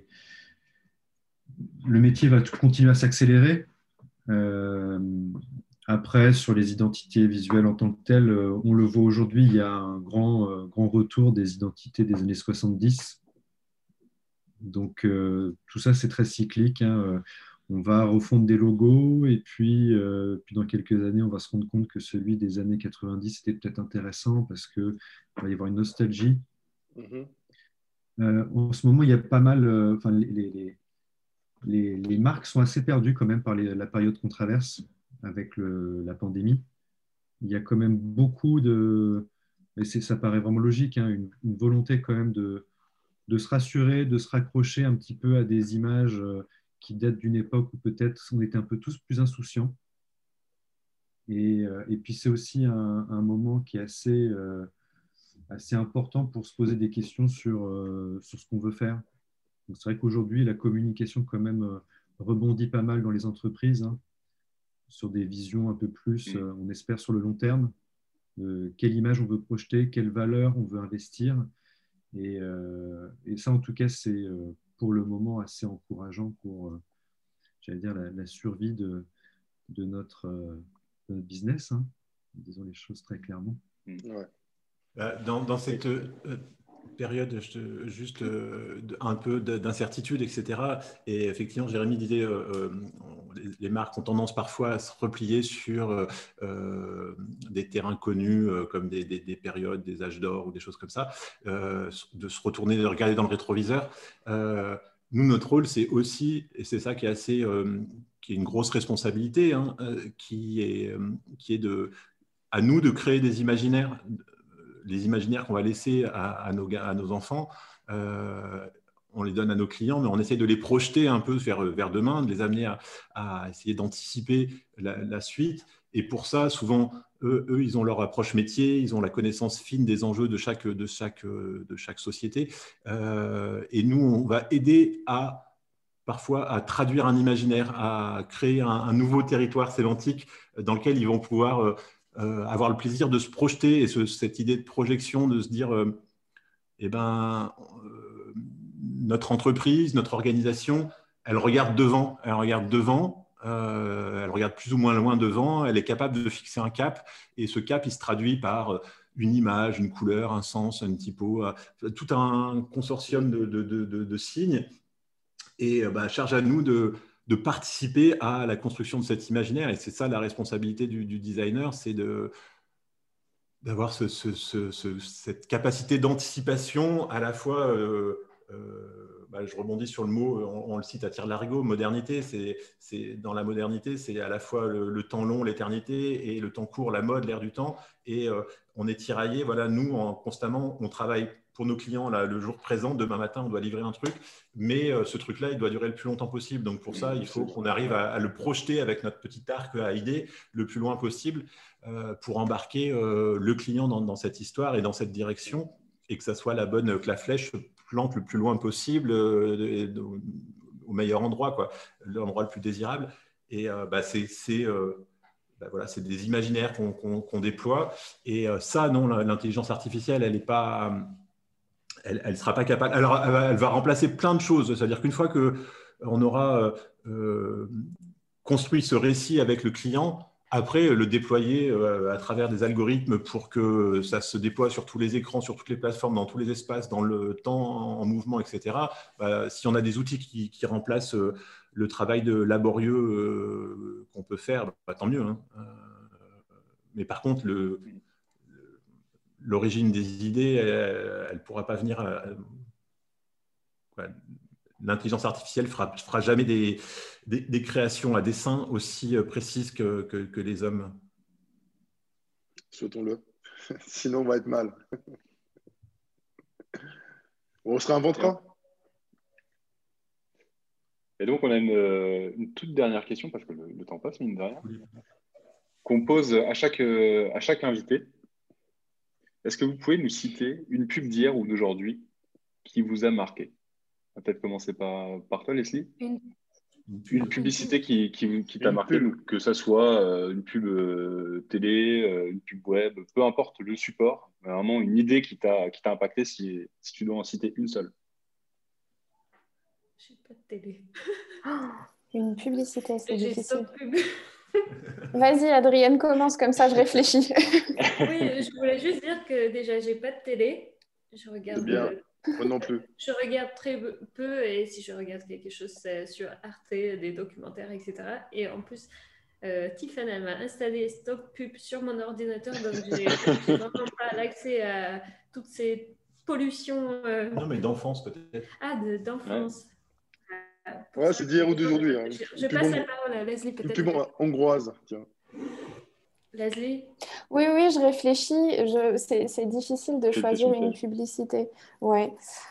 E: métier va continuer à s'accélérer. Après, sur les identités visuelles en tant que telles, on le voit aujourd'hui, il y a un grand retour des identités des années 70. Donc, tout ça, c'est très cyclique, hein. On va refondre des logos et puis dans quelques années, on va se rendre compte que celui des années 90 était peut-être intéressant parce qu'il va y avoir une nostalgie.
A: Mhm.
E: En ce moment, il y a pas mal, les marques sont assez perdues quand même par la période qu'on traverse avec la pandémie. Il y a quand même beaucoup et ça paraît vraiment logique, hein, une volonté quand même de se rassurer, de se raccrocher un petit peu à des images qui datent d'une époque où peut-être on était un peu tous plus insouciants. Et puis c'est aussi un moment qui est assez important pour se poser des questions sur ce qu'on veut faire. Donc, c'est vrai qu'aujourd'hui, la communication quand même rebondit pas mal dans les entreprises, hein, sur des visions un peu plus, on espère, sur le long terme. Quelle image on veut projeter, quelle valeur on veut investir. Et ça, en tout cas, c'est pour le moment assez encourageant pour, j'allais dire, la survie de notre business, hein. Disons les choses très clairement.
A: Ouais.
D: Dans cette période juste un peu d'incertitude, etc. Et effectivement, Jérémy disait, les marques ont tendance parfois à se replier sur des terrains connus comme des périodes, des âges d'or ou des choses comme ça, de se retourner, de regarder dans le rétroviseur. Nous, notre rôle, c'est aussi, et c'est ça qui est qui est une grosse responsabilité, hein, qui est à nous de créer des imaginaires. Les imaginaires qu'on va laisser à nos enfants, on les donne à nos clients, mais on essaie de les projeter un peu vers demain, de les amener à essayer d'anticiper la suite. Et pour ça, souvent, eux, ils ont leur approche métier, ils ont la connaissance fine des enjeux de chaque société. Et nous, on va aider parfois à traduire un imaginaire, à créer un nouveau territoire sémantique dans lequel ils vont pouvoir avoir le plaisir de se projeter, et cette idée de projection, de se dire notre entreprise, notre organisation, elle regarde devant, elle regarde plus ou moins loin devant, elle est capable de fixer un cap, et ce cap, il se traduit par une image, une couleur, un sens, une typo, tout un consortium de signes, et charge à nous de participer à la construction de cet imaginaire. Et c'est ça la responsabilité du designer, c'est d'avoir cette capacité d'anticipation à la fois, je rebondis sur le mot, on le cite à tire-larigot, modernité. Dans la modernité, c'est à la fois le temps long, l'éternité, et le temps court, la mode, l'air du temps. Et on est tiraillé, voilà, nous, constamment, on travaille pour nos clients là, le jour présent. Demain matin, on doit livrer un truc, mais ce truc-là, il doit durer le plus longtemps possible. Donc pour ça, il faut qu'on arrive à le projeter avec notre petit arc à idées le plus loin possible pour embarquer le client dans cette histoire et dans cette direction, et que ça soit que la flèche se plante le plus loin possible au meilleur endroit, quoi, l'endroit le plus désirable. Et c'est des imaginaires qu'on déploie. Et ça, non, l'intelligence artificielle, elle ne sera pas capable. Alors, elle va remplacer plein de choses. C'est-à-dire qu'une fois qu'on aura construit ce récit avec le client, Après, le déployer à travers des algorithmes pour que ça se déploie sur tous les écrans, sur toutes les plateformes, dans tous les espaces, dans le temps en mouvement, etc. Si on a des outils qui remplacent le travail laborieux qu'on peut faire, tant mieux. Hein. Mais par contre, l'origine des idées, elle ne pourra pas venir. L'intelligence artificielle fera jamais des créations à dessein aussi précises que les hommes.
A: Souhaitons-le. Sinon, on va être mal. On se réinventera.
B: Et donc, on a une toute dernière question, parce que le temps passe, mine de rien, qu'on pose à chaque invité. Est-ce que vous pouvez nous citer une pub d'hier ou d'aujourd'hui qui vous a marqué? On va peut-être commencer par toi, Leslie. Une publicité qui t'a marqué, donc, que ça soit une pub télé, une pub web, peu importe le support, vraiment une idée qui t'a impacté si tu dois en citer une seule.
F: J'ai pas de télé.
C: Une publicité, c'est
F: J'ai
C: difficile.
F: stop pub.
C: Vas-y, Adrienne, commence, comme ça je réfléchis.
F: Oui, je voulais juste dire que déjà, j'ai pas de télé. Je regarde.
A: C'est bien. Moi non plus.
F: Je regarde très peu, et si je regarde quelque chose, c'est sur Arte, des documentaires, etc. Et en plus, Tiffany, elle m'a installé Stop Pub sur mon ordinateur, donc j'ai vraiment pas l'accès à toutes ces pollutions.
D: Non, mais d'enfance peut-être.
F: Ah, d'enfance.
A: Ouais, c'est d'hier ou d'aujourd'hui. Hein.
F: Je passe la parole à Leslie, peut-être.
A: Une pub hongroise, tiens.
F: Leslie?
C: Oui, je réfléchis. C'est difficile de choisir une publicité. Ouais.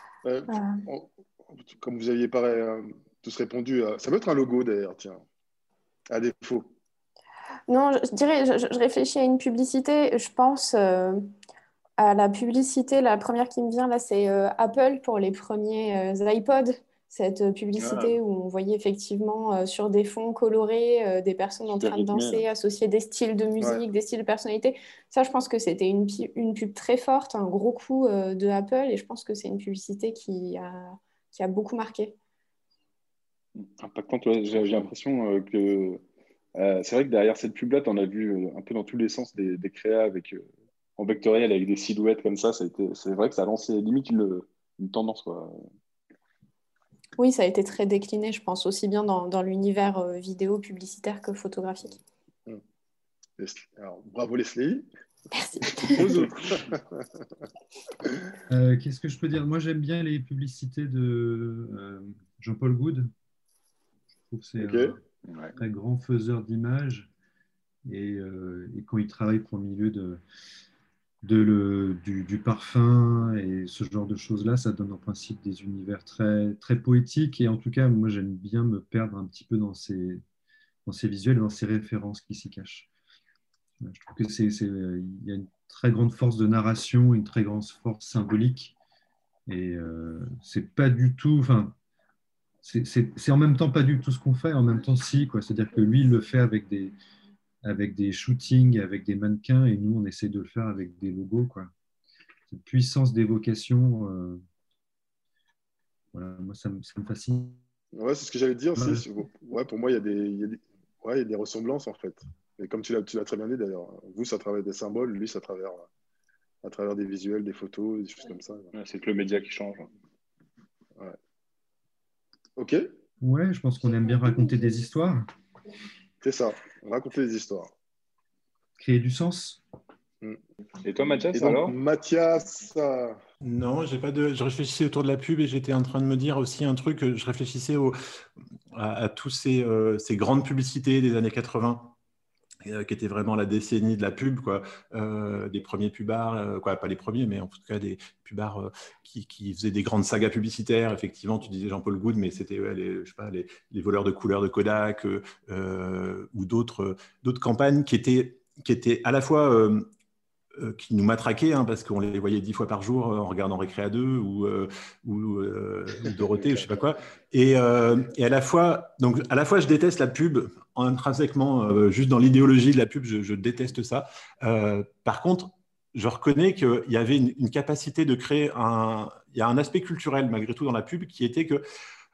A: Comme vous aviez tous répondu, ça peut être un logo d'ailleurs, tiens, à défaut.
C: Non, je dirais, je réfléchis à une publicité. Je pense à la publicité, la première qui me vient là, c'est Apple pour les premiers iPods. Cette publicité où on voyait effectivement sur des fonds colorés des personnes en train de danser, associer des styles de musique, des styles de personnalité. Ça, je pense que c'était une pub très forte, un gros coup de Apple, et je pense que c'est une publicité qui a beaucoup marqué.
B: Impactante, ouais. J'ai l'impression que c'est vrai que derrière cette pub-là, tu en as vu un peu dans tous les sens des créas en vectoriel avec des silhouettes comme ça. C'est vrai que ça a lancé limite une tendance, quoi.
C: Oui, ça a été très décliné, je pense, aussi bien dans l'univers vidéo, publicitaire que photographique.
A: Alors, bravo Leslie.
C: Merci.
E: Qu'est-ce que je peux dire? Moi, j'aime bien les publicités de Jean-Paul Goude. Je trouve que c'est un très grand faiseur d'images. Et quand il travaille pour le milieu du parfum et ce genre de choses-là, ça donne en principe des univers très, très poétiques. Et en tout cas, moi, j'aime bien me perdre un petit peu dans ces visuels et dans ces références qui s'y cachent. Je trouve qu'il y a une très grande force de narration, une très grande force symbolique. Et c'est pas du tout... Enfin, c'est en même temps pas du tout ce qu'on fait, en même temps si, quoi. C'est-à-dire que lui, il le fait avec des shootings, avec des mannequins, et nous, on essaie de le faire avec des logos, quoi. Cette puissance d'évocation, voilà, moi, ça me fascine.
A: Ouais, c'est ce que j'allais dire. Ouais, pour moi, il y a des ressemblances, en fait. Et comme tu l'as très bien dit, d'ailleurs, vous, ça travers des symboles, lui, ça à travers des visuels, des photos, des choses comme ça.
B: Ouais, c'est que le média qui change.
A: Ouais. Ok.
E: Ouais, je pense qu'on aime bien raconter des histoires.
A: C'est ça, raconter des histoires.
E: Créer du sens.
B: Et toi, Mathias,
A: alors Mathias
D: Non, je réfléchissais autour de la pub et j'étais en train de me dire aussi un truc. Je réfléchissais à tous ces grandes publicités des années 80. Qui était vraiment la décennie de la pub, quoi. Des premiers pubards, pas les premiers, mais en tout cas des pubards qui faisaient des grandes sagas publicitaires. Effectivement, tu disais Jean-Paul Goude, mais c'était les voleurs de couleurs de Kodak ou d'autres campagnes qui étaient à la fois qui nous matraquaient, hein, parce qu'on les voyait 10 fois par jour en regardant Récréa 2 ou Dorothée, ou je sais pas quoi. Et à la fois, je déteste la pub intrinsèquement, juste dans l'idéologie de la pub, je déteste ça. Par contre, je reconnais qu'il y avait une capacité de créer il y a un aspect culturel malgré tout dans la pub qui était que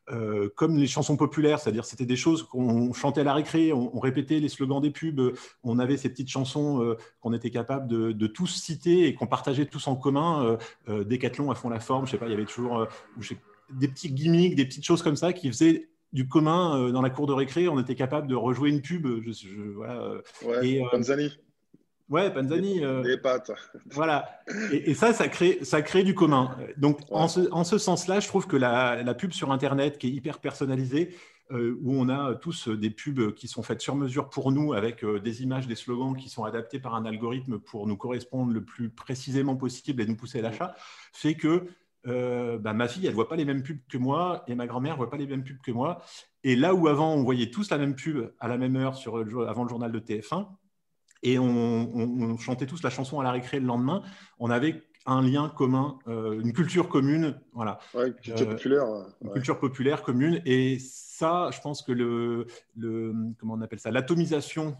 D: comme les chansons populaires, c'est-à-dire c'était des choses qu'on chantait à la récré, on répétait les slogans des pubs, on avait ces petites chansons qu'on était capable de tous citer et qu'on partageait tous en commun. Décathlon à fond la forme, je sais pas, il y avait toujours des petits gimmicks, des petites choses comme ça qui faisaient du commun dans la cour de récré. On était capable de rejouer une pub. Voilà,
A: Ouais, Panzani.
D: Ouais, Panzani.
A: Des pâtes.
D: Voilà. Et ça crée du commun. Donc,
A: Ouais.
D: en ce sens-là, je trouve que la pub sur Internet, qui est hyper personnalisée, où on a tous des pubs qui sont faites sur mesure pour nous, avec des images, des slogans qui sont adaptés par un algorithme pour nous correspondre le plus précisément possible et nous pousser à l'achat, fait que ma fille, elle ne voit pas les mêmes pubs que moi et ma grand-mère ne voit pas les mêmes pubs que moi. Et là où avant, on voyait tous la même pub à la même heure avant le journal de TF1, et on chantait tous la chanson à la récré le lendemain, on avait un lien commun, une culture commune, voilà.
A: Ouais, une culture populaire.
D: Une culture populaire commune. Et ça, je pense que comment on appelle ça, l'atomisation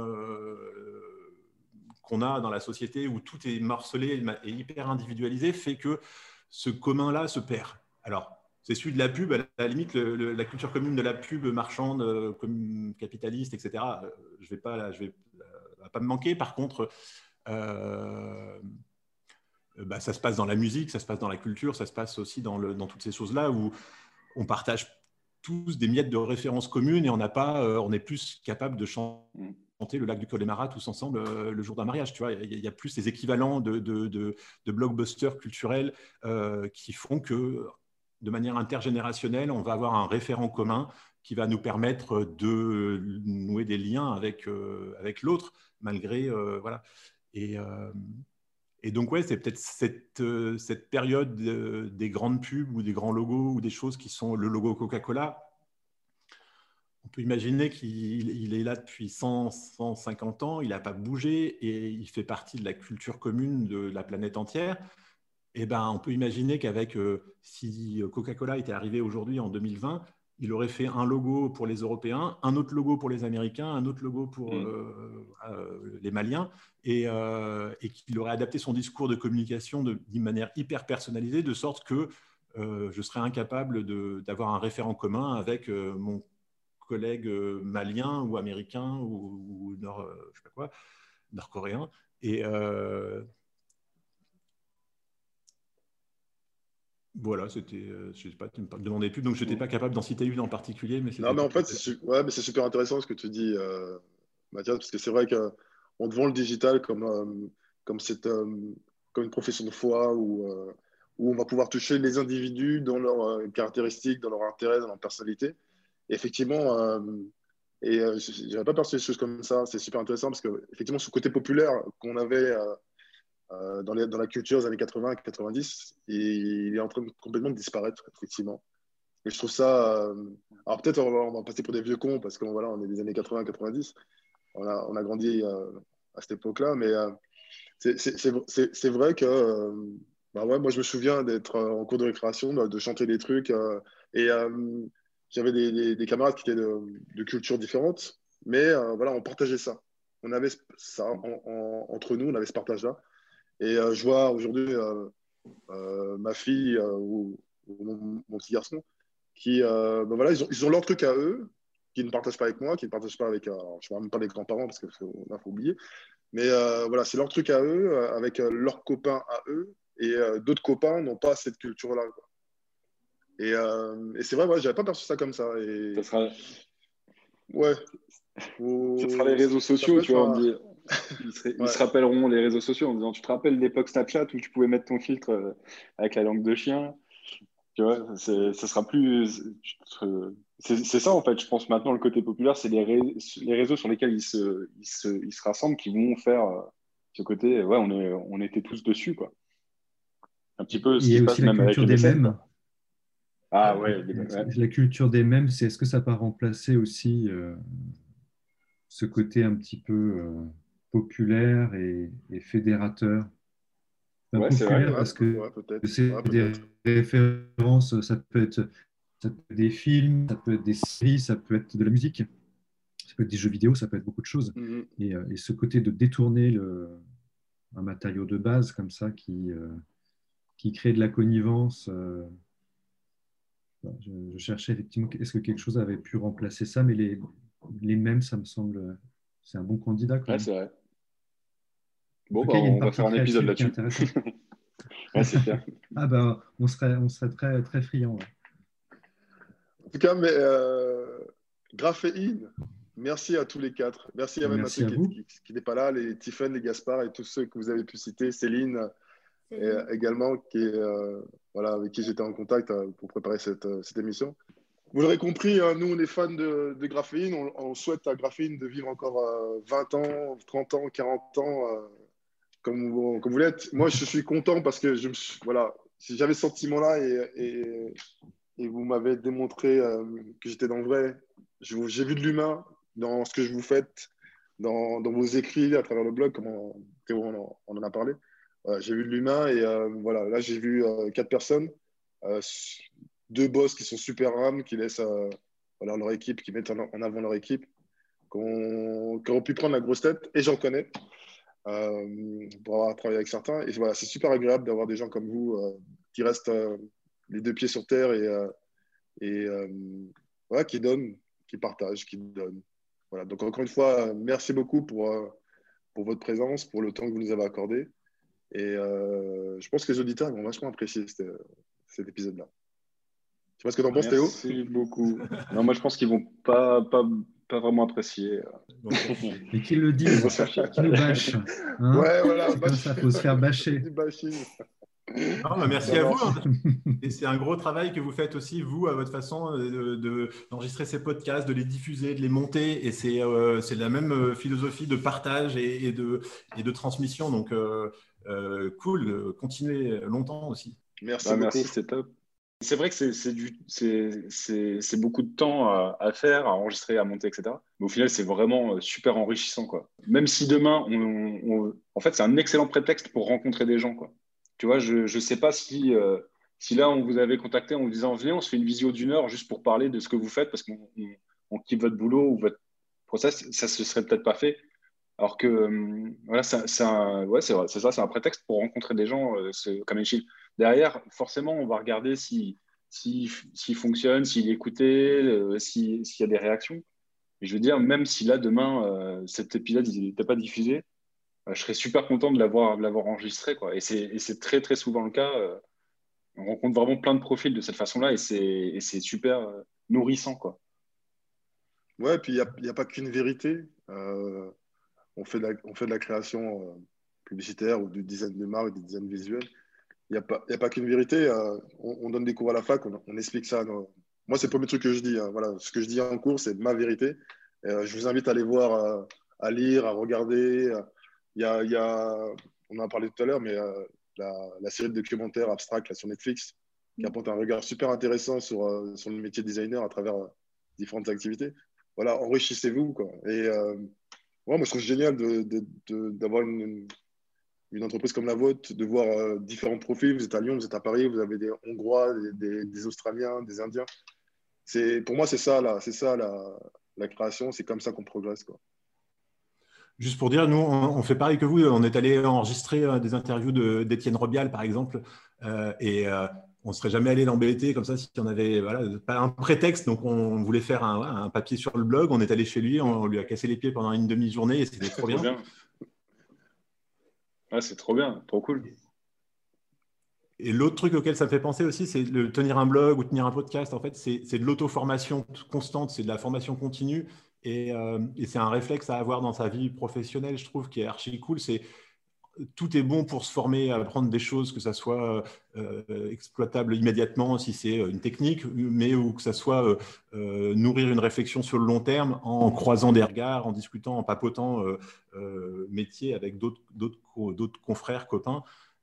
D: qu'on a dans la société où tout est morcelé et hyper individualisé fait que ce commun-là se perd. Alors, c'est celui de la pub, à la limite, la culture commune de la pub marchande, comme capitaliste, etc. Je vais pas me manquer. Par contre, ça se passe dans la musique, ça se passe dans la culture, ça se passe aussi dans toutes ces choses-là où on partage tous des miettes de références communes et on est plus capable de chanter le lac du Connemara tous ensemble le jour d'un mariage. Tu vois, il y a plus ces équivalents de blockbusters culturels qui font que, de manière intergénérationnelle, on va avoir un référent commun qui va nous permettre de nouer des liens avec l'autre, malgré voilà. Et donc, ouais, c'est peut-être cette période des grandes pubs ou des grands logos ou des choses qui sont le logo Coca-Cola. On peut imaginer qu'il est là depuis 150 ans, il n'a pas bougé et il fait partie de la culture commune de la planète entière. Et ben, on peut imaginer qu'avec, si Coca-Cola était arrivé aujourd'hui en 2020, il aurait fait un logo pour les Européens, un autre logo pour les Américains, un autre logo pour les Maliens, et qu'il aurait adapté son discours de communication d'une manière hyper personnalisée, de sorte que je serais incapable d'avoir un référent commun avec mon collègue malien ou américain ou je sais pas quoi, nord-coréen. Et voilà, c'était, je sais pas, tu me demandais plus, donc je n'étais pas capable d'en citer une en particulier. Mais
A: non, mais en fait, c'est super intéressant ce que tu dis, Mathias, parce que c'est vrai qu'on te vend le digital comme une profession de foi où on va pouvoir toucher les individus dans leurs caractéristiques, dans leurs intérêts, dans leur personnalité. Et effectivement, je n'avais pas perçu les choses comme ça. C'est super intéressant parce que effectivement, ce côté populaire qu'on avait dans la culture des années 80-90, il est en train de complètement disparaître, effectivement. Et je trouve ça. Alors peut-être on va passer pour des vieux cons parce qu'on voilà, on est des années 80-90. On a grandi à cette époque-là, mais c'est vrai que ouais, moi je me souviens d'être en cours de récréation, de chanter des trucs et j'avais des camarades qui étaient de cultures différentes, mais voilà, on partageait ça. On avait ça entre nous, on avait ce partage-là. Et je vois aujourd'hui ma fille ou mon petit garçon qui, voilà, ils ont leur truc à eux, qui ne partagent pas avec moi, qui ne partagent pas avec, je ne parle même pas des grands-parents parce qu'il faut oublier, mais voilà, c'est leur truc à eux, avec leurs copains à eux, et d'autres copains n'ont pas cette culture-là, quoi. Et c'est vrai, ouais, j'avais pas perçu ça comme ça. Et...
B: Ça sera...
A: Ouais.
B: Ça sera les réseaux sociaux, tu vois, ils se rappelleront les réseaux sociaux en disant, tu te rappelles l'époque Snapchat où tu pouvais mettre ton filtre avec la langue de chien, tu vois, ça sera plus... C'est ça, en fait, je pense maintenant, le côté populaire, c'est les réseaux sur lesquels ils se rassemblent qui vont faire ce côté, ouais, on était tous dessus, quoi. Un petit peu ce qui se passe même avec les mèmes. Ah ouais,
E: la culture des mèmes, est-ce que ça n'a pas remplacé aussi ce côté un petit peu populaire et fédérateur?
B: Ouais, c'est
E: populaire
B: vrai.
E: Parce que c'est des références, ça peut être des films, ça peut être des séries, ça peut être de la musique, ça peut être des jeux vidéo, ça peut être beaucoup de choses. Et ce côté de détourner un matériau de base comme ça qui crée de la connivence, Voilà, je cherchais effectivement, est-ce que quelque chose avait pu remplacer ça, mais les mêmes, ça me semble, c'est un bon candidat quand
B: Ouais,
E: même.
B: c'est vrai.
E: En
B: Bon,
E: tout
B: bah,
E: cas, il y a une
B: on va
E: partie
B: faire un épisode
E: créative qui est
B: là-dessus.
E: intéressante.
B: Ouais, c'est clair.
E: Ah ben, on serait très, très friands. Ouais.
A: En tout cas, mais Graphéine, merci à tous les quatre. Merci même à
E: Merci
A: ceux
E: à vous.
A: qui n'est pas là, les Tiffen, les Gaspard et tous ceux que vous avez pu citer, Céline également, voilà, avec qui j'étais en contact pour préparer cette émission. Vous l'aurez compris, hein, nous on est fans de Graphéine, on souhaite à Graphéine de vivre encore 20 ans, 30 ans, 40 ans, comme vous l'êtes. Moi je suis content parce que voilà, j'avais ce sentiment-là et vous m'avez démontré que j'étais dans le vrai. J'ai vu de l'humain dans ce que je vous faites, dans vos écrits, à travers le blog, comme Théo on en a parlé. J'ai vu de l'humain et voilà, là j'ai vu 4 personnes, euh, 2 boss qui sont super rames, qui laissent voilà, leur équipe, qui mettent en avant leur équipe, qui ont pu prendre la grosse tête, et j'en connais, pour avoir travaillé avec certains. Et voilà, c'est super agréable d'avoir des gens comme vous qui restent les 2 pieds sur terre et voilà, qui donnent, qui partagent, qui donnent. Voilà. Donc encore une fois, merci beaucoup pour votre présence, pour le temps que vous nous avez accordé. Et je pense que les auditeurs vont vachement apprécier cet épisode-là. Tu vois ce que tu en penses, Théo?
B: Merci beaucoup. Non, moi, je pense qu'ils vont pas vraiment apprécier.
E: Et qu'ils le disent, qu'ils nous bâchent. Hein,
A: ouais, voilà.
E: c'est comme ça, il faut se faire bâcher.
A: Du bashing.
D: Non, bah, merci à vous. Et c'est un gros travail que vous faites aussi, vous, à votre façon, d'enregistrer ces podcasts, de les diffuser, de les monter. Et c'est la même philosophie de partage et de transmission. Donc, cool. Continuez longtemps aussi.
A: Merci
B: Bah,
A: beaucoup.
B: merci, c'est top. C'est vrai que c'est beaucoup de temps à faire, à enregistrer, à monter, etc. Mais au final, c'est vraiment super enrichissant, quoi. Même si demain, en fait, c'est un excellent prétexte pour rencontrer des gens, quoi. Tu vois, je ne sais pas si là, on vous avait contacté en vous disant, venez, on se fait une visio d'1 heure juste pour parler de ce que vous faites parce qu'on kiffe votre boulot ou votre process, ça se serait peut-être pas fait. Alors que, voilà, ouais, c'est vrai, c'est ça, c'est un prétexte pour rencontrer des gens comme Enchil. Derrière, forcément, on va regarder s'il fonctionne, s'il est écouté, s'il y a des réactions. Et je veux dire, même si là, demain, cet épisode n'était pas diffusé, je serais super content de l'avoir enregistré, quoi. Et c'est très, très souvent le cas. On rencontre vraiment plein de profils de cette façon-là et c'est super nourrissant, quoi.
A: Ouais, puis il n'y a pas qu'une vérité. On fait de la création publicitaire ou du design de marque, du design visuel. Il n'y a pas qu'une vérité. On donne des cours à la fac, on explique ça. Moi, c'est le premier truc que je dis. Hein. Voilà, ce que je dis en cours, c'est ma vérité. Je vous invite à aller voir, à lire, à regarder. On en a parlé tout à l'heure, mais la série de documentaires abstracts là, sur Netflix, qui apporte un regard super intéressant sur le métier de designer à travers différentes activités. Voilà, enrichissez-vous, quoi. Et moi, je trouve génial d'avoir une entreprise comme la vôtre, de voir différents profils. Vous êtes à Lyon, vous êtes à Paris, vous avez des Hongrois, des Australiens, des Indiens. Pour moi, c'est ça la création, c'est comme ça qu'on progresse, quoi.
D: Juste pour dire, nous, on fait pareil que vous. On est allé enregistrer des interviews d'Étienne Robial, par exemple, on ne serait jamais allé l'embêter comme ça si on avait pas un prétexte. Donc, on voulait faire un papier sur le blog. On est allé chez lui, on lui a cassé les pieds pendant une demi-journée et c'était trop bien.
B: Ouais, c'est trop bien, trop cool.
D: Et l'autre truc auquel ça me fait penser aussi, c'est tenir un blog ou tenir un podcast. En fait, c'est de l'auto-formation constante, c'est de la formation continue. Et c'est un réflexe à avoir dans sa vie professionnelle, je trouve, qui est archi cool. Tout est bon pour se former, apprendre des choses, que ça soit exploitable immédiatement si c'est une technique, mais ou que ça soit nourrir une réflexion sur le long terme en croisant des regards, en discutant, en papotant métier avec d'autres confrères, copains.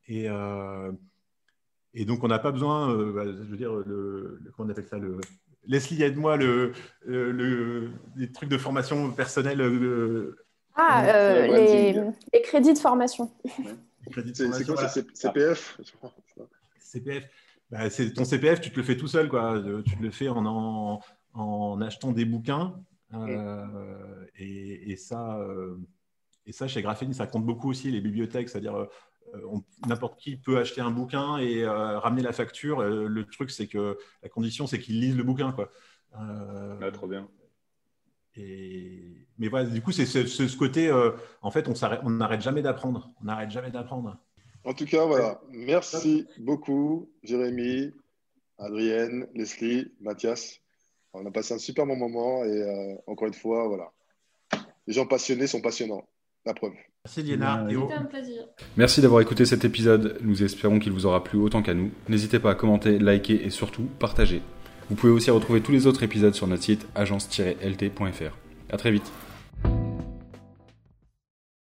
D: Et donc, on n'a pas besoin, je veux dire, comment on appelle ça, Leslie, aide-moi, les trucs de formation personnelle.
C: Les crédits de formation.
D: Ouais.
A: C'est quoi, c'est CPF?
D: CPF. Bah, c'est ton CPF, tu te le fais tout seul, quoi. Tu te le fais en achetant des bouquins. Et ça, chez Graphene, ça compte beaucoup aussi, les bibliothèques. C'est-à-dire, n'importe qui peut acheter un bouquin et ramener la facture. Le truc, c'est que la condition, c'est qu'ils lisent le bouquin, quoi.
B: Trop bien.
D: Mais voilà, du coup, c'est ce côté, en fait, on n'arrête jamais d'apprendre. On n'arrête jamais d'apprendre.
A: En tout cas, voilà. Merci beaucoup, Jérémy, Adrienne, Leslie, Mathias. On a passé un super bon moment et encore une fois, voilà. Les gens passionnés sont passionnants. La preuve.
D: Merci Liénard.
F: C'était un plaisir.
G: Merci d'avoir écouté cet épisode. Nous espérons qu'il vous aura plu autant qu'à nous. N'hésitez pas à commenter, liker et surtout partager. Vous pouvez aussi retrouver tous les autres épisodes sur notre site agence-lt.fr. À très vite.